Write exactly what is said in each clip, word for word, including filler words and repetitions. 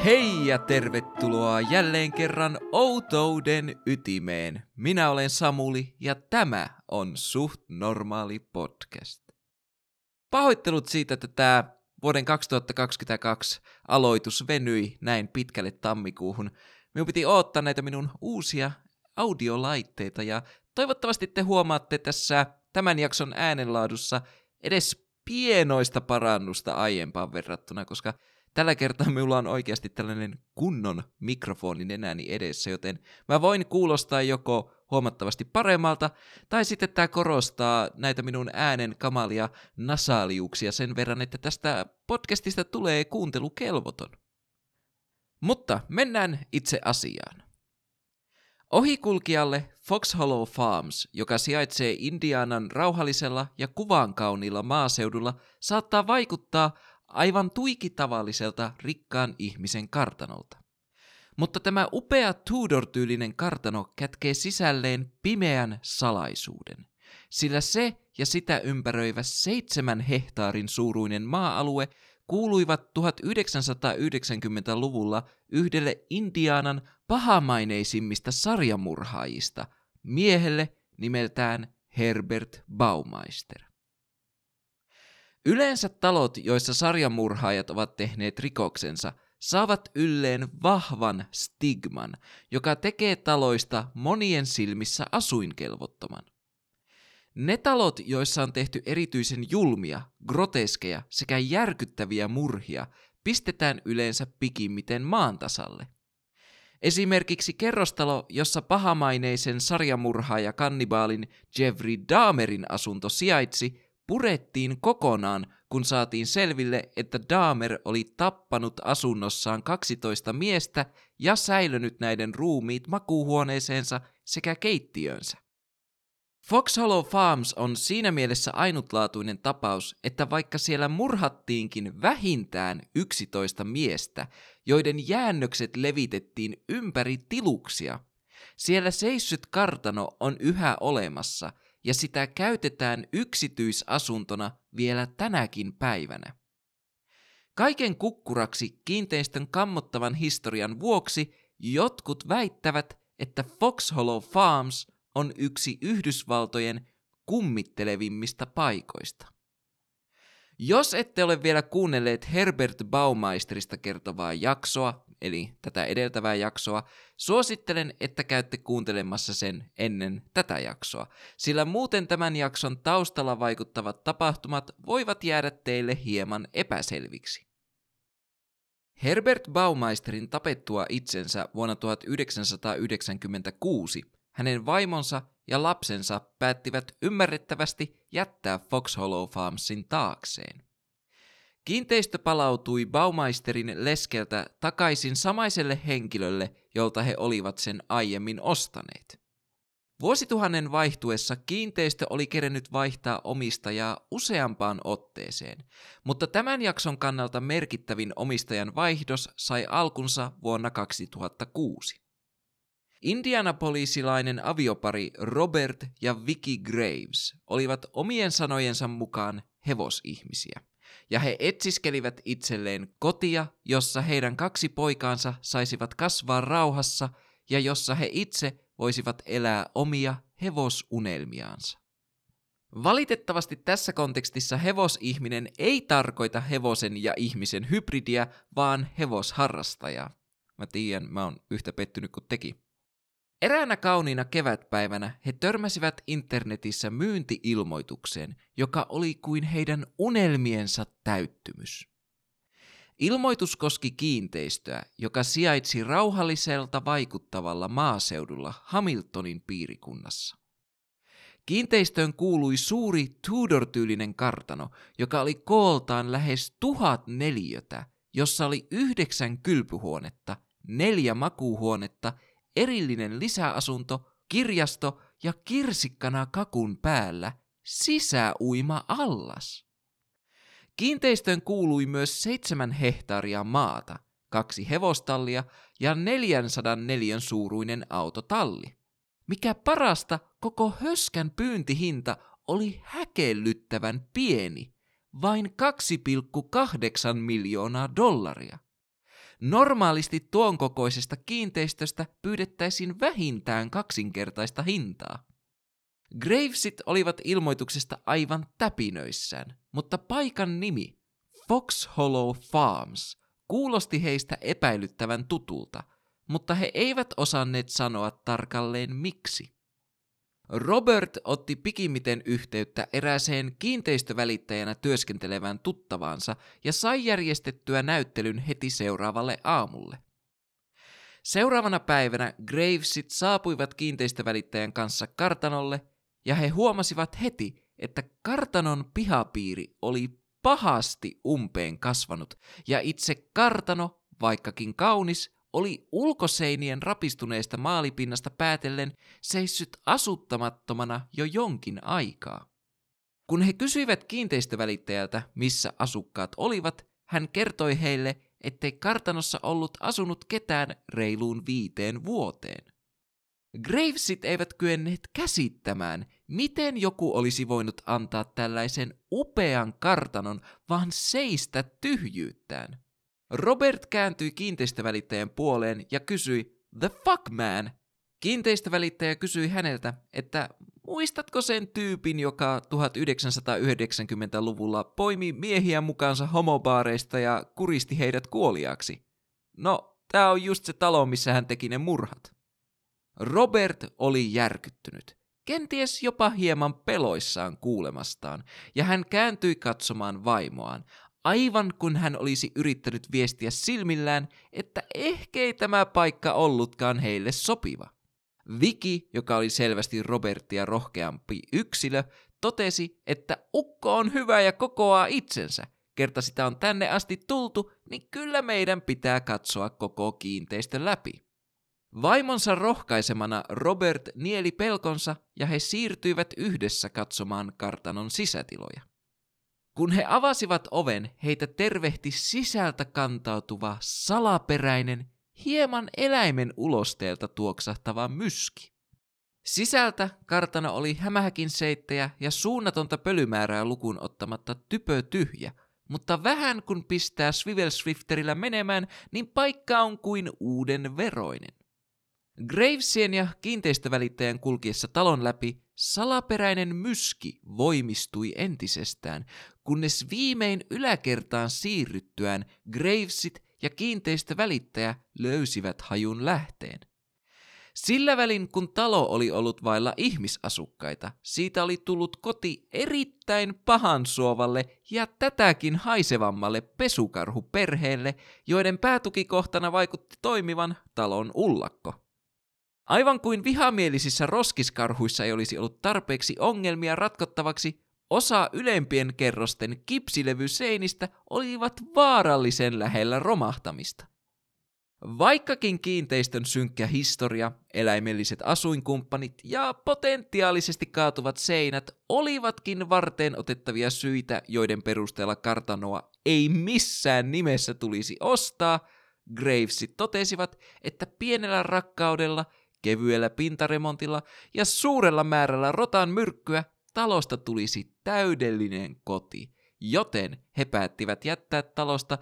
Hei ja tervetuloa jälleen kerran Outouden ytimeen. Minä olen Samuli ja tämä on Suht Normaali podcast. Pahoittelut siitä, että tämä vuoden kaksituhattakaksikymmentäkaksi aloitus venyi näin pitkälle tammikuuhun. Minun piti odottaa näitä minun uusia audiolaitteita ja toivottavasti te huomaatte tässä tämän jakson äänenlaadussa edes pienoista parannusta aiempaan verrattuna, koska tällä kertaa minulla on oikeasti tällainen kunnon mikrofoni nenäni edessä, joten mä voin kuulostaa joko huomattavasti paremmalta, tai sitten tämä korostaa näitä minun äänen kamalia nasaaliuksia sen verran, että tästä podcastista tulee kuuntelukelvoton. Mutta mennään itse asiaan. Ohikulkijalle Fox Hollow Farms, joka sijaitsee Indianan rauhallisella ja kuvaankauniilla maaseudulla, saattaa vaikuttaa aivan tuikitavalliselta rikkaan ihmisen kartanolta. Mutta tämä upea Tudor-tyylinen kartano kätkee sisälleen pimeän salaisuuden, sillä se ja sitä ympäröivä seitsemän hehtaarin suuruinen maa-alue kuuluivat tuhatyhdeksänsataayhdeksänkymmentäluvulla yhdelle Indianan pahamaineisimmista sarjamurhaajista, miehelle nimeltään Herbert Baumeister. Yleensä talot, joissa sarjamurhaajat ovat tehneet rikoksensa, saavat ylleen vahvan stigman, joka tekee taloista monien silmissä asuinkelvottoman. Ne talot, joissa on tehty erityisen julmia, groteskeja sekä järkyttäviä murhia, pistetään yleensä pikimmiten maan tasalle. Esimerkiksi kerrostalo, jossa pahamaineisen sarjamurhaaja kannibaalin Jeffrey Dahmerin asunto sijaitsi, purettiin kokonaan, kun saatiin selville, että Dahmer oli tappanut asunnossaan kaksitoista miestä ja säilönyt näiden ruumiit makuuhuoneeseensa sekä keittiönsä. Fox Hollow Farms on siinä mielessä ainutlaatuinen tapaus, että vaikka siellä murhattiinkin vähintään yksitoista miestä, joiden jäännökset levitettiin ympäri tiluksia, siellä seissyt kartano on yhä olemassa, ja sitä käytetään yksityisasuntona vielä tänäkin päivänä. Kaiken kukkuraksi kiinteistön kammottavan historian vuoksi jotkut väittävät, että Fox Hollow Farms on yksi Yhdysvaltojen kummittelevimmista paikoista. Jos ette ole vielä kuunnelleet Herbert Baumeisterista kertovaa jaksoa, eli tätä edeltävää jaksoa, suosittelen, että käytte kuuntelemassa sen ennen tätä jaksoa, sillä muuten tämän jakson taustalla vaikuttavat tapahtumat voivat jäädä teille hieman epäselviksi. Herbert Baumeisterin tapettua itsensä vuonna tuhatyhdeksänsataayhdeksänkymmentäkuusi hänen vaimonsa ja lapsensa päättivät ymmärrettävästi jättää Fox Hollow Farmsin taakseen. Kiinteistö palautui Baumeisterin leskeltä takaisin samaiselle henkilölle, jolta he olivat sen aiemmin ostaneet. Vuosituhannen vaihtuessa kiinteistö oli kerennyt vaihtaa omistajaa useampaan otteeseen, mutta tämän jakson kannalta merkittävin omistajan vaihdos sai alkunsa vuonna kaksituhattakuusi. Indianapoliisilainen aviopari Robert ja Vicky Graves olivat omien sanojensa mukaan hevosihmisiä, ja he etsiskelivät itselleen kotia, jossa heidän kaksi poikaansa saisivat kasvaa rauhassa ja jossa he itse voisivat elää omia hevosunelmiaansa. Valitettavasti tässä kontekstissa hevosihminen ei tarkoita hevosen ja ihmisen hybridiä, vaan hevosharrastajaa. Mä tiedän, mä oon yhtä pettynyt kuin teki. Eräänä kauniina kevätpäivänä he törmäsivät internetissä myynti-ilmoitukseen, joka oli kuin heidän unelmiensa täyttymys. Ilmoitus koski kiinteistöä, joka sijaitsi rauhalliselta vaikuttavalla maaseudulla Hamiltonin piirikunnassa. Kiinteistöön kuului suuri Tudor-tyylinen kartano, joka oli kooltaan lähes tuhat neliötä, jossa oli yhdeksän kylpyhuonetta, neljä makuuhuonetta, erillinen lisäasunto, kirjasto ja kirsikkana kakun päällä sisäuima-allas. Kiinteistöön kuului myös seitsemän hehtaaria maata, kaksi hevostallia ja neljänsadan neliön suuruinen autotalli. Mikä parasta, koko höskän pyyntihinta oli häkellyttävän pieni, vain kaksi pilkku kahdeksan miljoonaa dollaria. Normaalisti tuon kokoisesta kiinteistöstä pyydettäisiin vähintään kaksinkertaista hintaa. Gravesit olivat ilmoituksesta aivan täpinöissään, mutta paikan nimi, Fox Hollow Farms, kuulosti heistä epäilyttävän tutulta, mutta he eivät osanneet sanoa tarkalleen miksi. Robert otti pikimmiten yhteyttä erääseen kiinteistövälittäjänä työskentelevään tuttavaansa ja sai järjestettyä näyttelyn heti seuraavalle aamulle. Seuraavana päivänä Gravesit saapuivat kiinteistövälittäjän kanssa kartanolle ja he huomasivat heti, että kartanon pihapiiri oli pahasti umpeen kasvanut ja itse kartano, vaikkakin kaunis, oli ulkoseinien rapistuneesta maalipinnasta päätellen seissyt asuttamattomana jo jonkin aikaa. Kun he kysyivät kiinteistövälittäjältä, missä asukkaat olivat, hän kertoi heille, ettei kartanossa ollut asunut ketään reiluun viiteen vuoteen. Gravesit eivät kyenneet käsittämään, miten joku olisi voinut antaa tällaisen upean kartanon vaan seistä tyhjyyttään. Robert kääntyi kiinteistövälittäjän puoleen ja kysyi, "The fuck man?" Kiinteistövälittäjä kysyi häneltä, että muistatko sen tyypin, joka tuhatyhdeksänsataayhdeksänkymmentäluvulla poimi miehiä mukaansa homobaareista ja kuristi heidät kuoliaaksi? No, tää on just se talo, missä hän teki ne murhat. Robert oli järkyttynyt, kenties jopa hieman peloissaan kuulemastaan, ja hän kääntyi katsomaan vaimoaan, aivan kun hän olisi yrittänyt viestiä silmillään, että ehkei tämä paikka ollutkaan heille sopiva. Vicky, joka oli selvästi Robertia rohkeampi yksilö, totesi, että ukko on hyvä ja kokoaa itsensä. Kerta sitä on tänne asti tultu, niin kyllä meidän pitää katsoa koko kiinteistö läpi. Vaimonsa rohkaisemana Robert nieli pelkonsa ja he siirtyivät yhdessä katsomaan kartanon sisätiloja. Kun he avasivat oven, heitä tervehti sisältä kantautuva, salaperäinen, hieman eläimen ulosteelta tuoksahtava myski. Sisältä kartano oli hämähäkin seittejä ja suunnatonta pölymäärää lukuun ottamatta typö tyhjä, mutta vähän kun pistää Swivel Swifterillä menemään, niin paikka on kuin uuden veroinen. Gravesien ja kiinteistövälittäjän kulkiessa talon läpi salaperäinen myski voimistui entisestään, kunnes viimein yläkertaan siirryttyään Gravesit ja kiinteistövälittäjä löysivät hajun lähteen. Sillä välin kun talo oli ollut vailla ihmisasukkaita, siitä oli tullut koti erittäin pahansuovalle ja tätäkin haisevammalle pesukarhuperheelle, joiden päätukikohtana vaikutti toimivan talon ullakko. Aivan kuin vihamielisissä roskiskarhuissa ei olisi ollut tarpeeksi ongelmia ratkottavaksi, osa ylempien kerrosten kipsilevyseinistä olivat vaarallisen lähellä romahtamista. Vaikkakin kiinteistön synkkä historia, eläimelliset asuinkumppanit ja potentiaalisesti kaatuvat seinät olivatkin varteen otettavia syitä, joiden perusteella kartanoa ei missään nimessä tulisi ostaa, Gravesit totesivat, että pienellä rakkaudella, kevyellä pintaremontilla ja suurella määrällä rotan myrkkyä talosta tulisi täydellinen koti, joten he päättivät jättää talosta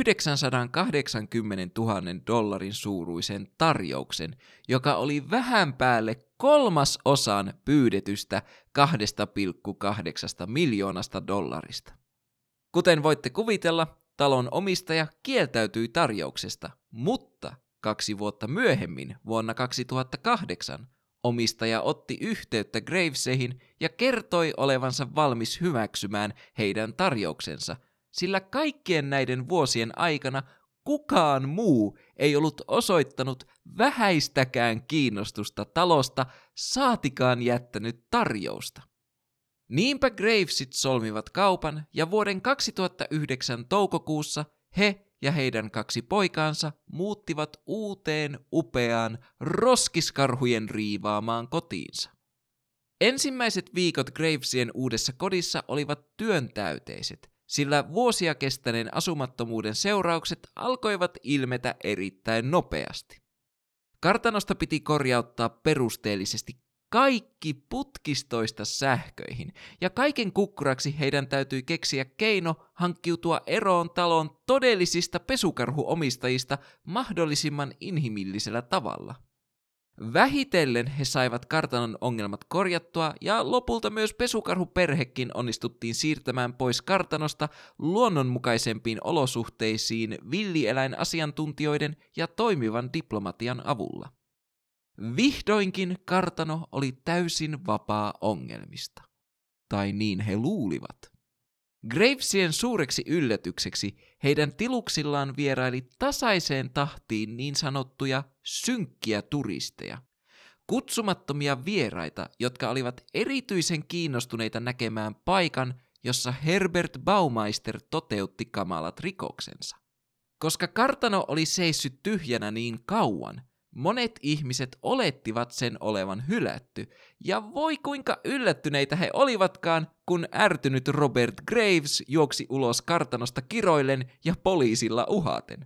yhdeksänsataakahdeksankymmentätuhatta dollarin suuruisen tarjouksen, joka oli vähän päälle kolmas osan pyydetystä kaksi pilkku kahdeksan miljoonasta dollarista. Kuten voitte kuvitella, talon omistaja kieltäytyi tarjouksesta, mutta kaksi vuotta myöhemmin, vuonna kaksituhattakahdeksan, omistaja otti yhteyttä Graveseihin ja kertoi olevansa valmis hyväksymään heidän tarjouksensa, sillä kaikkien näiden vuosien aikana kukaan muu ei ollut osoittanut vähäistäkään kiinnostusta talosta, saatikaan jättänyt tarjousta. Niinpä Gravesit solmivat kaupan ja vuoden kaksituhattayhdeksän toukokuussa he ja heidän kaksi poikaansa muuttivat uuteen upeaan roskiskarhujen riivaamaan kotiinsa. Ensimmäiset viikot Gravesien uudessa kodissa olivat työntäyteiset, sillä vuosia kestäneen asumattomuuden seuraukset alkoivat ilmetä erittäin nopeasti. Kartanosta piti korjauttaa perusteellisesti kaikki putkistoista sähköihin, ja kaiken kukkuraksi heidän täytyi keksiä keino hankkiutua eroon talon todellisista pesukarhuomistajista mahdollisimman inhimillisellä tavalla. Vähitellen he saivat kartanon ongelmat korjattua, ja lopulta myös pesukarhuperhekin onnistuttiin siirtämään pois kartanosta luonnonmukaisempiin olosuhteisiin villieläinasiantuntijoiden ja toimivan diplomatian avulla. Vihdoinkin kartano oli täysin vapaa ongelmista. Tai niin he luulivat. Gravesien suureksi yllätykseksi heidän tiluksillaan vieraili tasaiseen tahtiin niin sanottuja synkkiä turisteja, kutsumattomia vieraita, jotka olivat erityisen kiinnostuneita näkemään paikan, jossa Herbert Baumeister toteutti kamalat rikoksensa. Koska kartano oli seissyt tyhjänä niin kauan, monet ihmiset olettivat sen olevan hylätty, ja voi kuinka yllättyneitä he olivatkaan, kun ärtynyt Robert Graves juoksi ulos kartanosta kiroillen ja poliisilla uhaten.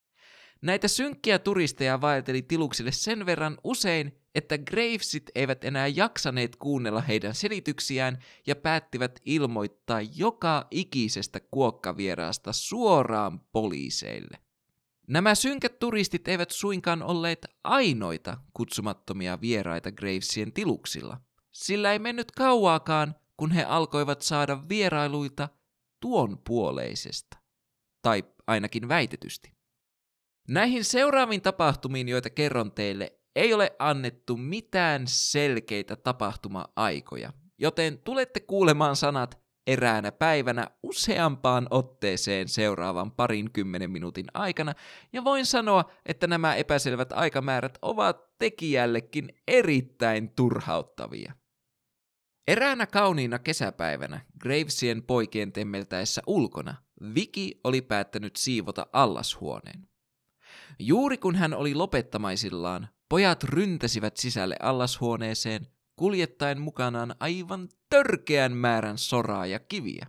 Näitä synkkiä turisteja vaelteli tiluksille sen verran usein, että Gravesit eivät enää jaksaneet kuunnella heidän selityksiään ja päättivät ilmoittaa joka ikisestä kuokkavieraasta suoraan poliiseille. Nämä synkät turistit eivät suinkaan olleet ainoita kutsumattomia vieraita Gravesien tiluksilla, sillä ei mennyt kauaakaan, kun he alkoivat saada vierailuita tuon puoleisesta, tai ainakin väitetysti. Näihin seuraaviin tapahtumiin, joita kerron teille, ei ole annettu mitään selkeitä tapahtuma-aikoja, joten tulette kuulemaan sanat eräänä päivänä useampaan otteeseen seuraavan parin kymmenen minuutin aikana, ja voin sanoa, että nämä epäselvät aikamäärät ovat tekijällekin erittäin turhauttavia. Eräänä kauniina kesäpäivänä Gravesien poikien temmeltäessä ulkona, Vicky oli päättänyt siivota allashuoneen. Juuri kun hän oli lopettamaisillaan, pojat ryntäsivät sisälle allashuoneeseen, kuljettaen mukanaan aivan törkeän määrän soraa ja kiviä.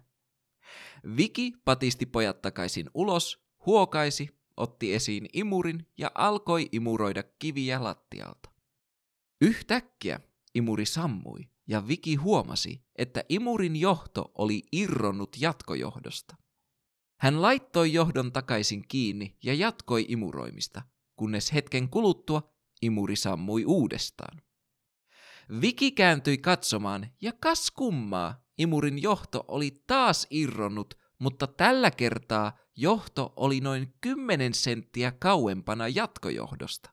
Vicky patisti pojat takaisin ulos, huokaisi, otti esiin imurin ja alkoi imuroida kiviä lattialta. Yhtäkkiä imuri sammui ja Vicky huomasi, että imurin johto oli irronnut jatkojohdosta. Hän laittoi johdon takaisin kiinni ja jatkoi imuroimista, kunnes hetken kuluttua imuri sammui uudestaan. Vicky kääntyi katsomaan, ja kas kummaa, imurin johto oli taas irronnut, mutta tällä kertaa johto oli noin kymmenen senttiä kauempana jatkojohdosta.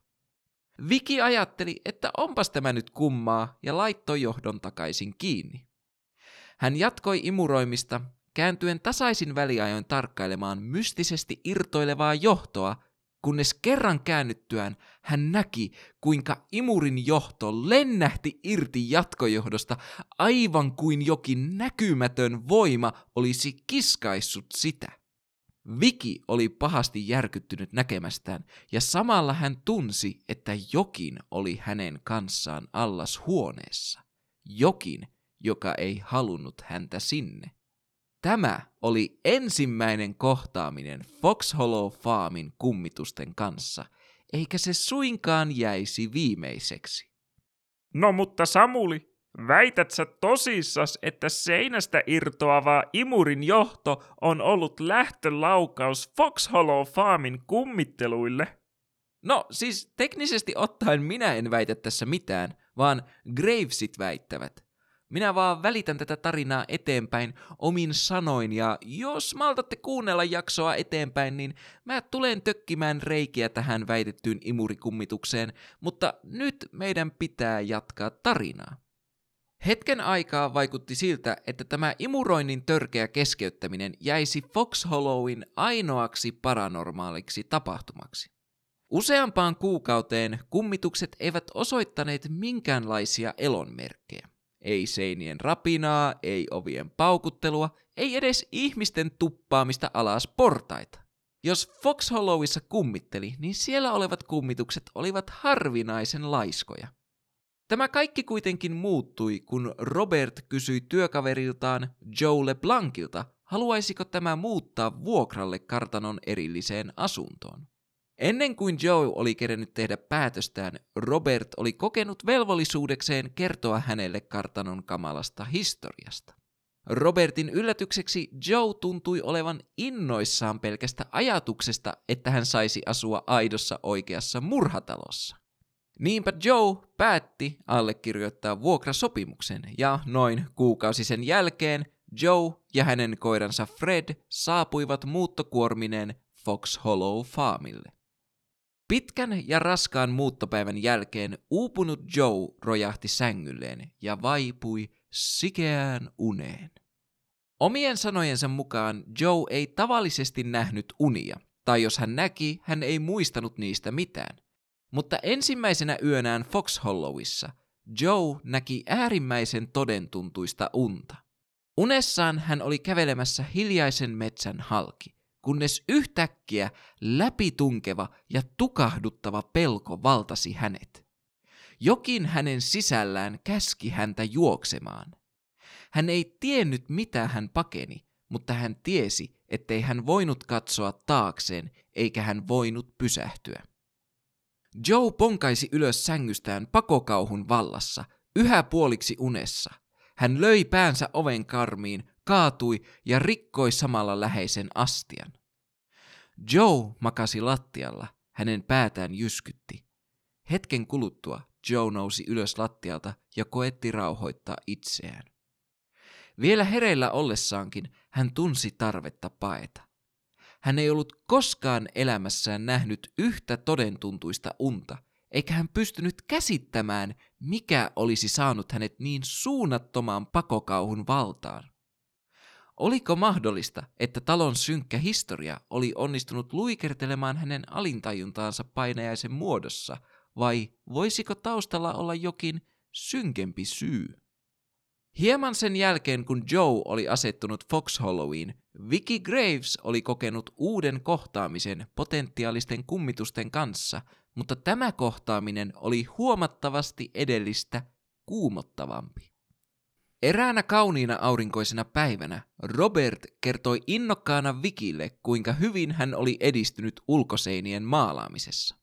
Vicky ajatteli, että onpas tämä nyt kummaa, ja laittoi johdon takaisin kiinni. Hän jatkoi imuroimista, kääntyen tasaisin väliajoin tarkkailemaan mystisesti irtoilevaa johtoa, kunnes kerran käännyttyään hän näki, kuinka imurin johto lennähti irti jatkojohdosta aivan kuin jokin näkymätön voima olisi kiskaissut sitä. Vicky oli pahasti järkyttynyt näkemästään, ja samalla hän tunsi, että jokin oli hänen kanssaan allashuoneessa. Jokin, joka ei halunnut häntä sinne. Tämä oli ensimmäinen kohtaaminen Fox Hollow Farmin kummitusten kanssa, eikä se suinkaan jäisi viimeiseksi. No mutta Samuli, väität sä tosissas, että seinästä irtoava imurin johto on ollut lähtölaukaus Fox Hollow Farmin kummitteluille? No siis teknisesti ottaen minä en väitä tässä mitään, vaan Gravesit väittävät. Minä vaan välitän tätä tarinaa eteenpäin omin sanoin, ja jos maltatte kuunnella jaksoa eteenpäin, niin mä tulen tökkimään reikiä tähän väitettyyn imurikummitukseen, mutta nyt meidän pitää jatkaa tarinaa. Hetken aikaa vaikutti siltä, että tämä imuroinnin törkeä keskeyttäminen jäisi Fox Hollowin ainoaksi paranormaaliksi tapahtumaksi. Useampaan kuukauteen kummitukset eivät osoittaneet minkäänlaisia elonmerkkejä. Ei seinien rapinaa, ei ovien paukuttelua, ei edes ihmisten tuppaamista alas portaita. Jos Fox Hollowissa kummitteli, niin siellä olevat kummitukset olivat harvinaisen laiskoja. Tämä kaikki kuitenkin muuttui, kun Robert kysyi työkaveriltaan Joe LeBlancilta, haluaisiko tämä muuttaa vuokralle kartanon erilliseen asuntoon. Ennen kuin Joe oli kerennyt tehdä päätöstään, Robert oli kokenut velvollisuudekseen kertoa hänelle kartanon kamalasta historiasta. Robertin yllätykseksi Joe tuntui olevan innoissaan pelkästä ajatuksesta, että hän saisi asua aidossa oikeassa murhatalossa. Niinpä Joe päätti allekirjoittaa vuokrasopimuksen ja noin kuukausi sen jälkeen Joe ja hänen koiransa Fred saapuivat muuttokuormineen Fox Hollow Farmille. Pitkän ja raskaan muuttopäivän jälkeen uupunut Joe rojahti sängylleen ja vaipui sikeään uneen. Omien sanojensa mukaan Joe ei tavallisesti nähnyt unia, tai jos hän näki, hän ei muistanut niistä mitään. Mutta ensimmäisenä yönään Fox Hollowissa Joe näki äärimmäisen todentuntuista unta. Unessaan hän oli kävelemässä hiljaisen metsän halki, kunnes yhtäkkiä läpitunkeva ja tukahduttava pelko valtasi hänet. Jokin hänen sisällään käski häntä juoksemaan. Hän ei tiennyt, mitä hän pakeni, mutta hän tiesi, ettei hän voinut katsoa taakseen, eikä hän voinut pysähtyä. Joe ponkaisi ylös sängystään pakokauhun vallassa, yhä puoliksi unessa. Hän löi päänsä oven karmiin, kaatui ja rikkoi samalla läheisen astian. Joe makasi lattialla, hänen päätään jyskytti. Hetken kuluttua Joe nousi ylös lattialta ja koetti rauhoittaa itseään. Vielä hereillä ollessaankin hän tunsi tarvetta paeta. Hän ei ollut koskaan elämässään nähnyt yhtä todentuntuista unta, eikä hän pystynyt käsittämään, mikä olisi saanut hänet niin suunnattomaan pakokauhun valtaan. Oliko mahdollista, että talon synkkä historia oli onnistunut luikertelemaan hänen alintajuntaansa painajaisen muodossa, vai voisiko taustalla olla jokin synkempi syy? Hieman sen jälkeen, kun Joe oli asettunut Fox Hollowiin, Vicky Graves oli kokenut uuden kohtaamisen potentiaalisten kummitusten kanssa, mutta tämä kohtaaminen oli huomattavasti edellistä kuumottavampi. Eräänä kauniina aurinkoisena päivänä Robert kertoi innokkaana Vickylle, kuinka hyvin hän oli edistynyt ulkoseinien maalaamisessa.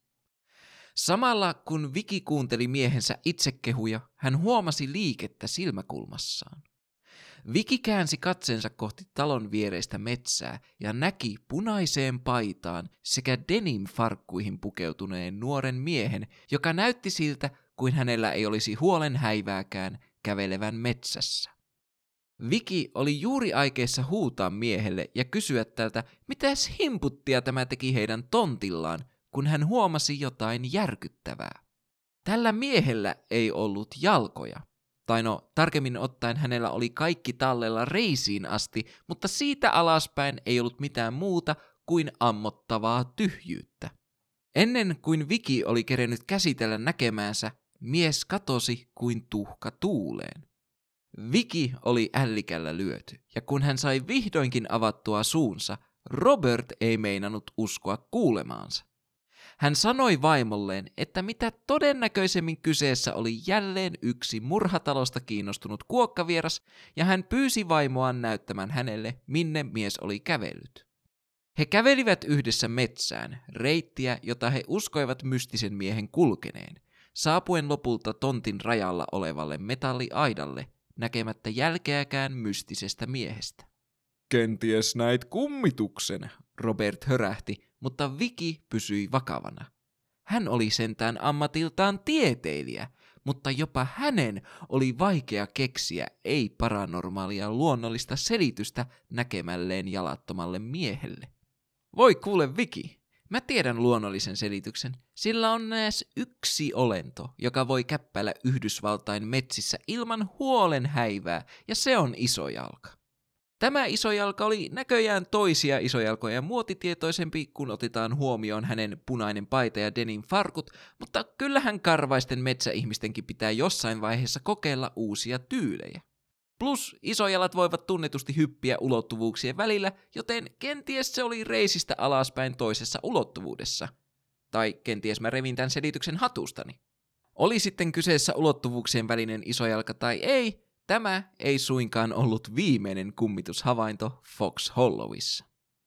Samalla kun Vicky kuunteli miehensä itsekehuja, hän huomasi liikettä silmäkulmassaan. Vicky käänsi katseensa kohti talon viereistä metsää ja näki punaiseen paitaan sekä denim-farkkuihin pukeutuneen nuoren miehen, joka näytti siltä, kuin hänellä ei olisi huolen häivääkään kävelevän metsässä. Vicky oli juuri aikeissa huutaa miehelle ja kysyä tältä, mitäs himputtia tämä teki heidän tontillaan, kun hän huomasi jotain järkyttävää. Tällä miehellä ei ollut jalkoja. Tai no, tarkemmin ottaen hänellä oli kaikki tallella reisiin asti, mutta siitä alaspäin ei ollut mitään muuta kuin ammottavaa tyhjyyttä. Ennen kuin Vicky oli kerennyt käsitellä näkemäänsä, mies katosi kuin tuhka tuuleen. Vicky oli ällikällä lyöty, ja kun hän sai vihdoinkin avattua suunsa, Robert ei meinannut uskoa kuulemaansa. Hän sanoi vaimolleen, että mitä todennäköisemmin kyseessä oli jälleen yksi murhatalosta kiinnostunut kuokkavieras, ja hän pyysi vaimoaan näyttämään hänelle, minne mies oli kävellyt. He kävelivät yhdessä metsään, reittiä, jota he uskoivat mystisen miehen kulkeneen, saapuen lopulta tontin rajalla olevalle metalliaidalle, näkemättä jälkeäkään mystisestä miehestä. Kenties näit kummituksen, Robert hörähti, mutta Vicky pysyi vakavana. Hän oli sentään ammatiltaan tieteilijä, mutta jopa hänen oli vaikea keksiä ei-paranormaalia luonnollista selitystä näkemälleen jalattomalle miehelle. Voi kuule Vicky, mä tiedän luonnollisen selityksen. Sillä on edes yksi olento, joka voi käppäillä Yhdysvaltain metsissä ilman huolen häivää, ja se on isojalka. Tämä isojalka oli näköjään toisia isojalkoja muotitietoisempi, kun otetaan huomioon hänen punainen paita ja denim farkut, mutta kyllähän karvaisten metsäihmistenkin pitää jossain vaiheessa kokeilla uusia tyylejä. Plus isojalat voivat tunnetusti hyppiä ulottuvuuksien välillä, joten kenties se oli reisistä alaspäin toisessa ulottuvuudessa. Tai kenties mä revin tämän selityksen hatustani. Oli sitten kyseessä ulottuvuuksien välinen isojalka tai ei, tämä ei suinkaan ollut viimeinen kummitushavainto Fox Hollowissa.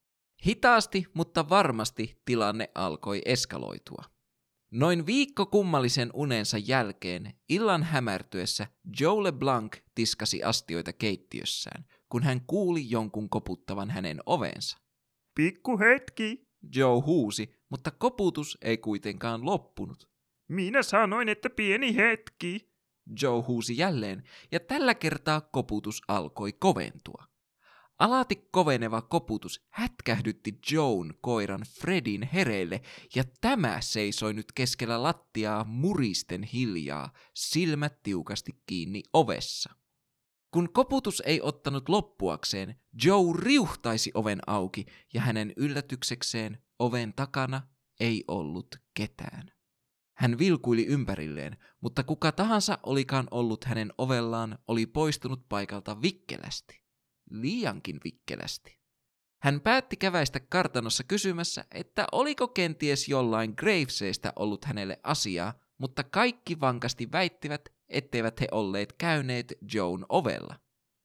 Hitaasti, mutta varmasti tilanne alkoi eskaloitua. Noin viikko kummallisen unensa jälkeen, illan hämärtyessä, Joe LeBlanc tiskasi astioita keittiössään, kun hän kuuli jonkun koputtavan hänen ovensa. Pikku hetki. Joe huusi, mutta koputus ei kuitenkaan loppunut. Minä sanoin, että pieni hetki. Joe huusi jälleen, ja tällä kertaa koputus alkoi koventua. Alati koveneva koputus hätkähdytti Joen koiran Fredin hereille, ja tämä seisoi nyt keskellä lattiaa muristen hiljaa, silmät tiukasti kiinni ovessa. Kun koputus ei ottanut loppuakseen, Joe riuhtaisi oven auki, ja hänen yllätyksekseen oven takana ei ollut ketään. Hän vilkuili ympärilleen, mutta kuka tahansa olikaan ollut hänen ovellaan, oli poistunut paikalta vikkelästi. Liiankin vikkelästi. Hän päätti käväistä kartanossa kysymässä, että oliko kenties jollain Graveseistä ollut hänelle asiaa, mutta kaikki vankasti väittivät, etteivät he olleet käyneet Joen ovella.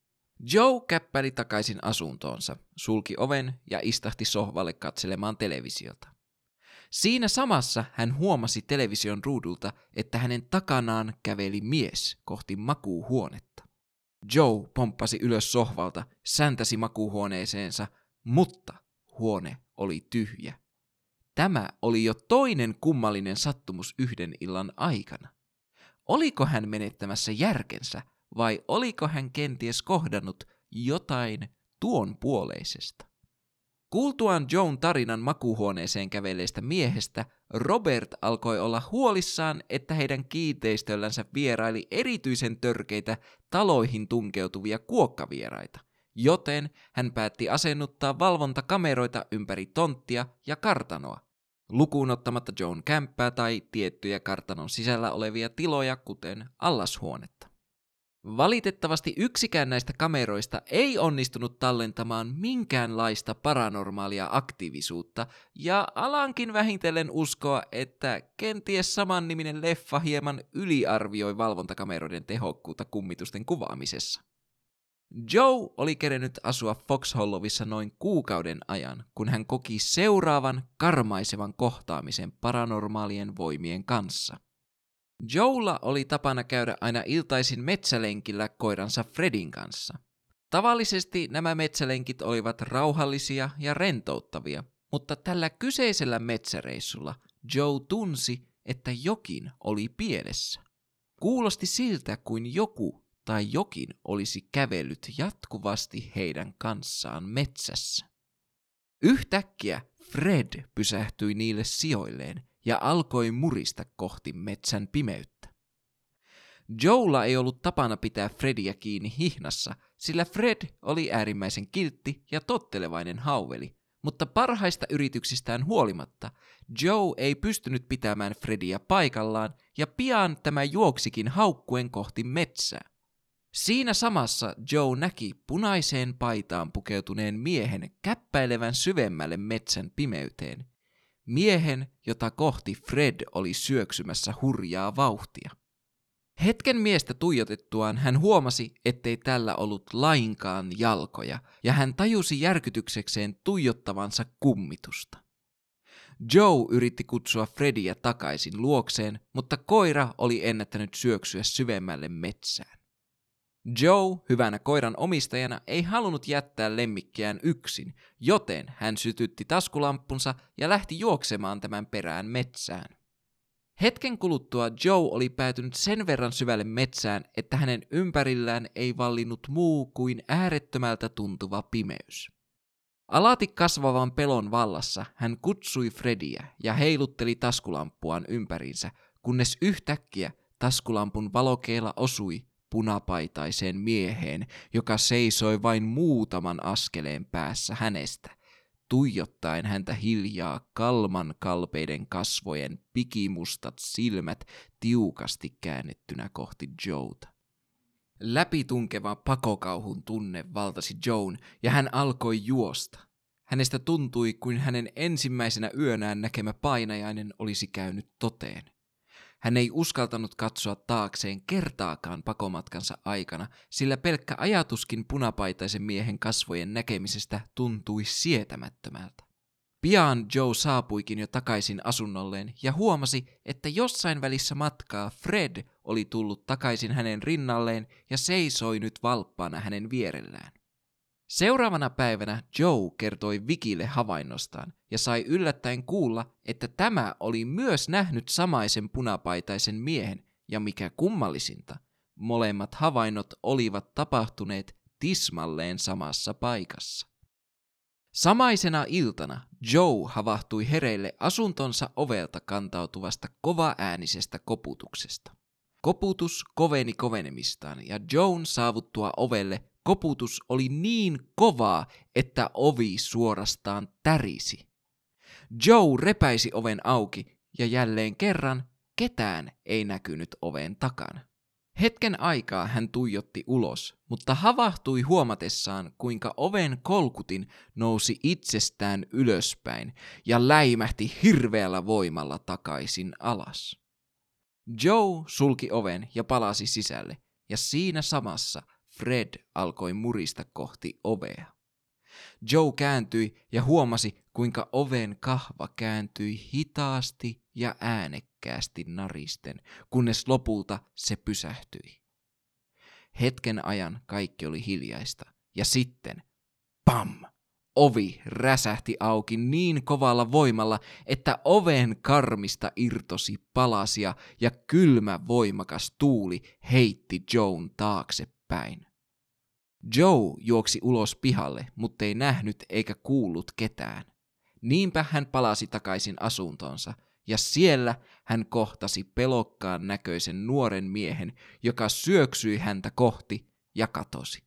Joe käppäili takaisin asuntoonsa, sulki oven ja istahti sohvalle katselemaan televisiota. Siinä samassa hän huomasi television ruudulta, että hänen takanaan käveli mies kohti makuuhuonetta. Joe pomppasi ylös sohvalta, säntäsi makuuhuoneeseensa, mutta huone oli tyhjä. Tämä oli jo toinen kummallinen sattumus yhden illan aikana. Oliko hän menettämässä järkensä vai oliko hän kenties kohdannut jotain tuon puoleisesta? Kuultuaan Joen tarinan makuuhuoneeseen käveleestä miehestä, Robert alkoi olla huolissaan, että heidän kiinteistöllänsä vieraili erityisen törkeitä taloihin tunkeutuvia kuokkavieraita, joten hän päätti asennuttaa valvontakameroita ympäri tonttia ja kartanoa, lukuun ottamatta Joen kämppää tai tiettyjä kartanon sisällä olevia tiloja, kuten allashuonetta. Valitettavasti yksikään näistä kameroista ei onnistunut tallentamaan minkäänlaista paranormaalia aktiivisuutta, ja alankin vähitellen uskoa, että kenties samanniminen leffa hieman yliarvioi valvontakameroiden tehokkuutta kummitusten kuvaamisessa. Joe oli kerennyt asua Foxhollowissa noin kuukauden ajan, kun hän koki seuraavan karmaisevan kohtaamisen paranormaalien voimien kanssa. Joella oli tapana käydä aina iltaisin metsälenkillä koiransa Fredin kanssa. Tavallisesti nämä metsälenkit olivat rauhallisia ja rentouttavia, mutta tällä kyseisellä metsäreissulla Joe tunsi, että jokin oli pielessä. Kuulosti siltä, kuin joku tai jokin olisi kävellyt jatkuvasti heidän kanssaan metsässä. Yhtäkkiä Fred pysähtyi niille sijoilleen ja alkoi murista kohti metsän pimeyttä. Joella ei ollut tapana pitää Fredia kiinni hihnassa, sillä Fred oli äärimmäisen kiltti ja tottelevainen hauveli, mutta parhaista yrityksistään huolimatta Joe ei pystynyt pitämään Fredia paikallaan ja pian tämä juoksikin haukkuen kohti metsää. Siinä samassa Joe näki punaiseen paitaan pukeutuneen miehen käppäilevän syvemmälle metsän pimeyteen. Miehen, jota kohti Fred oli syöksymässä hurjaa vauhtia. Hetken miestä tuijotettuaan hän huomasi, ettei tällä ollut lainkaan jalkoja, ja hän tajusi järkytyksekseen tuijottavansa kummitusta. Joe yritti kutsua Fredia takaisin luokseen, mutta koira oli ennättänyt syöksyä syvemmälle metsään. Joe, hyvänä koiran omistajana, ei halunnut jättää lemmikkiään yksin, joten hän sytytti taskulamppunsa ja lähti juoksemaan tämän perään metsään. Hetken kuluttua Joe oli päätynyt sen verran syvälle metsään, että hänen ympärillään ei vallinnut muu kuin äärettömältä tuntuva pimeys. Alati kasvavan pelon vallassa hän kutsui Fredia ja heilutteli taskulampuaan ympäriinsä, kunnes yhtäkkiä taskulampun valokeila osui punapaitaiseen mieheen, joka seisoi vain muutaman askeleen päässä hänestä, tuijottaen häntä hiljaa kalman kalpeiden kasvojen pikimustat silmät tiukasti käännettynä kohti Joeta. Läpitunkeva pakokauhun tunne valtasi Joen ja hän alkoi juosta. Hänestä tuntui, kuin hänen ensimmäisenä yönään näkemä painajainen olisi käynyt toteen. Hän ei uskaltanut katsoa taakseen kertaakaan pakomatkansa aikana, sillä pelkkä ajatuskin punapaitaisen miehen kasvojen näkemisestä tuntui sietämättömältä. Pian Joe saapuikin jo takaisin asunnolleen ja huomasi, että jossain välissä matkaa Fred oli tullut takaisin hänen rinnalleen ja seisoi nyt valppaana hänen vierellään. Seuraavana päivänä Joe kertoi Vicille havainnostaan ja sai yllättäen kuulla, että tämä oli myös nähnyt samaisen punapaitaisen miehen ja mikä kummallisinta, molemmat havainnot olivat tapahtuneet tismalleen samassa paikassa. Samaisena iltana Joe havahtui hereille asuntonsa ovelta kantautuvasta kovaäänisestä koputuksesta. Koputus koveni kovenemistaan ja Joen saavuttua ovelle koputus oli niin kovaa, että ovi suorastaan tärisi. Joe repäisi oven auki ja jälleen kerran ketään ei näkynyt oven takana. Hetken aikaa hän tuijotti ulos, mutta havahtui huomatessaan, kuinka oven kolkutin nousi itsestään ylöspäin ja läimähti hirveällä voimalla takaisin alas. Joe sulki oven ja palasi sisälle, ja siinä samassa Fred alkoi murista kohti ovea. Joe kääntyi ja huomasi, kuinka oven kahva kääntyi hitaasti ja äänekkäästi naristen, kunnes lopulta se pysähtyi. Hetken ajan kaikki oli hiljaista, ja sitten, pam! Ovi räsähti auki niin kovalla voimalla, että oven karmista irtosi palasia ja kylmä voimakas tuuli heitti Joen taaksepäin. Joe juoksi ulos pihalle, muttei nähnyt eikä kuullut ketään. Niinpä hän palasi takaisin asuntonsa, ja siellä hän kohtasi pelokkaan näköisen nuoren miehen, joka syöksyi häntä kohti ja katosi.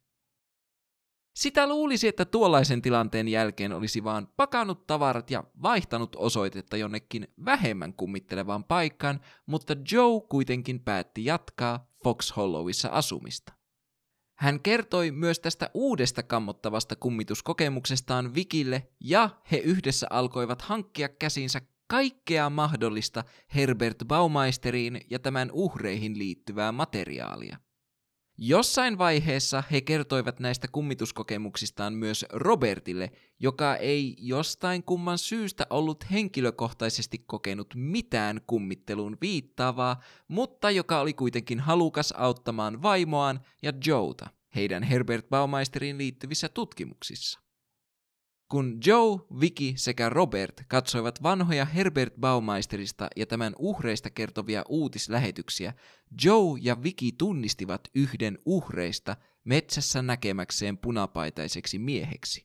Sitä luulisi, että tuollaisen tilanteen jälkeen olisi vaan pakannut tavarat ja vaihtanut osoitetta jonnekin vähemmän kummittelevaan paikkaan, mutta Joe kuitenkin päätti jatkaa Fox Hollowissa asumista. Hän kertoi myös tästä uudesta kammottavasta kummituskokemuksestaan Vicille, ja he yhdessä alkoivat hankkia käsinsä kaikkea mahdollista Herbert Baumeisteriin ja tämän uhreihin liittyvää materiaalia. Jossain vaiheessa he kertoivat näistä kummituskokemuksistaan myös Robertille, joka ei jostain kumman syystä ollut henkilökohtaisesti kokenut mitään kummitteluun viittaavaa, mutta joka oli kuitenkin halukas auttamaan vaimoaan ja Joeta heidän Herbert Baumeisteriin liittyvissä tutkimuksissa. Kun Joe, Vicky sekä Robert katsoivat vanhoja Herbert Baumeisterista ja tämän uhreista kertovia uutislähetyksiä, Joe ja Vicky tunnistivat yhden uhreista metsässä näkemäkseen punapaitaiseksi mieheksi.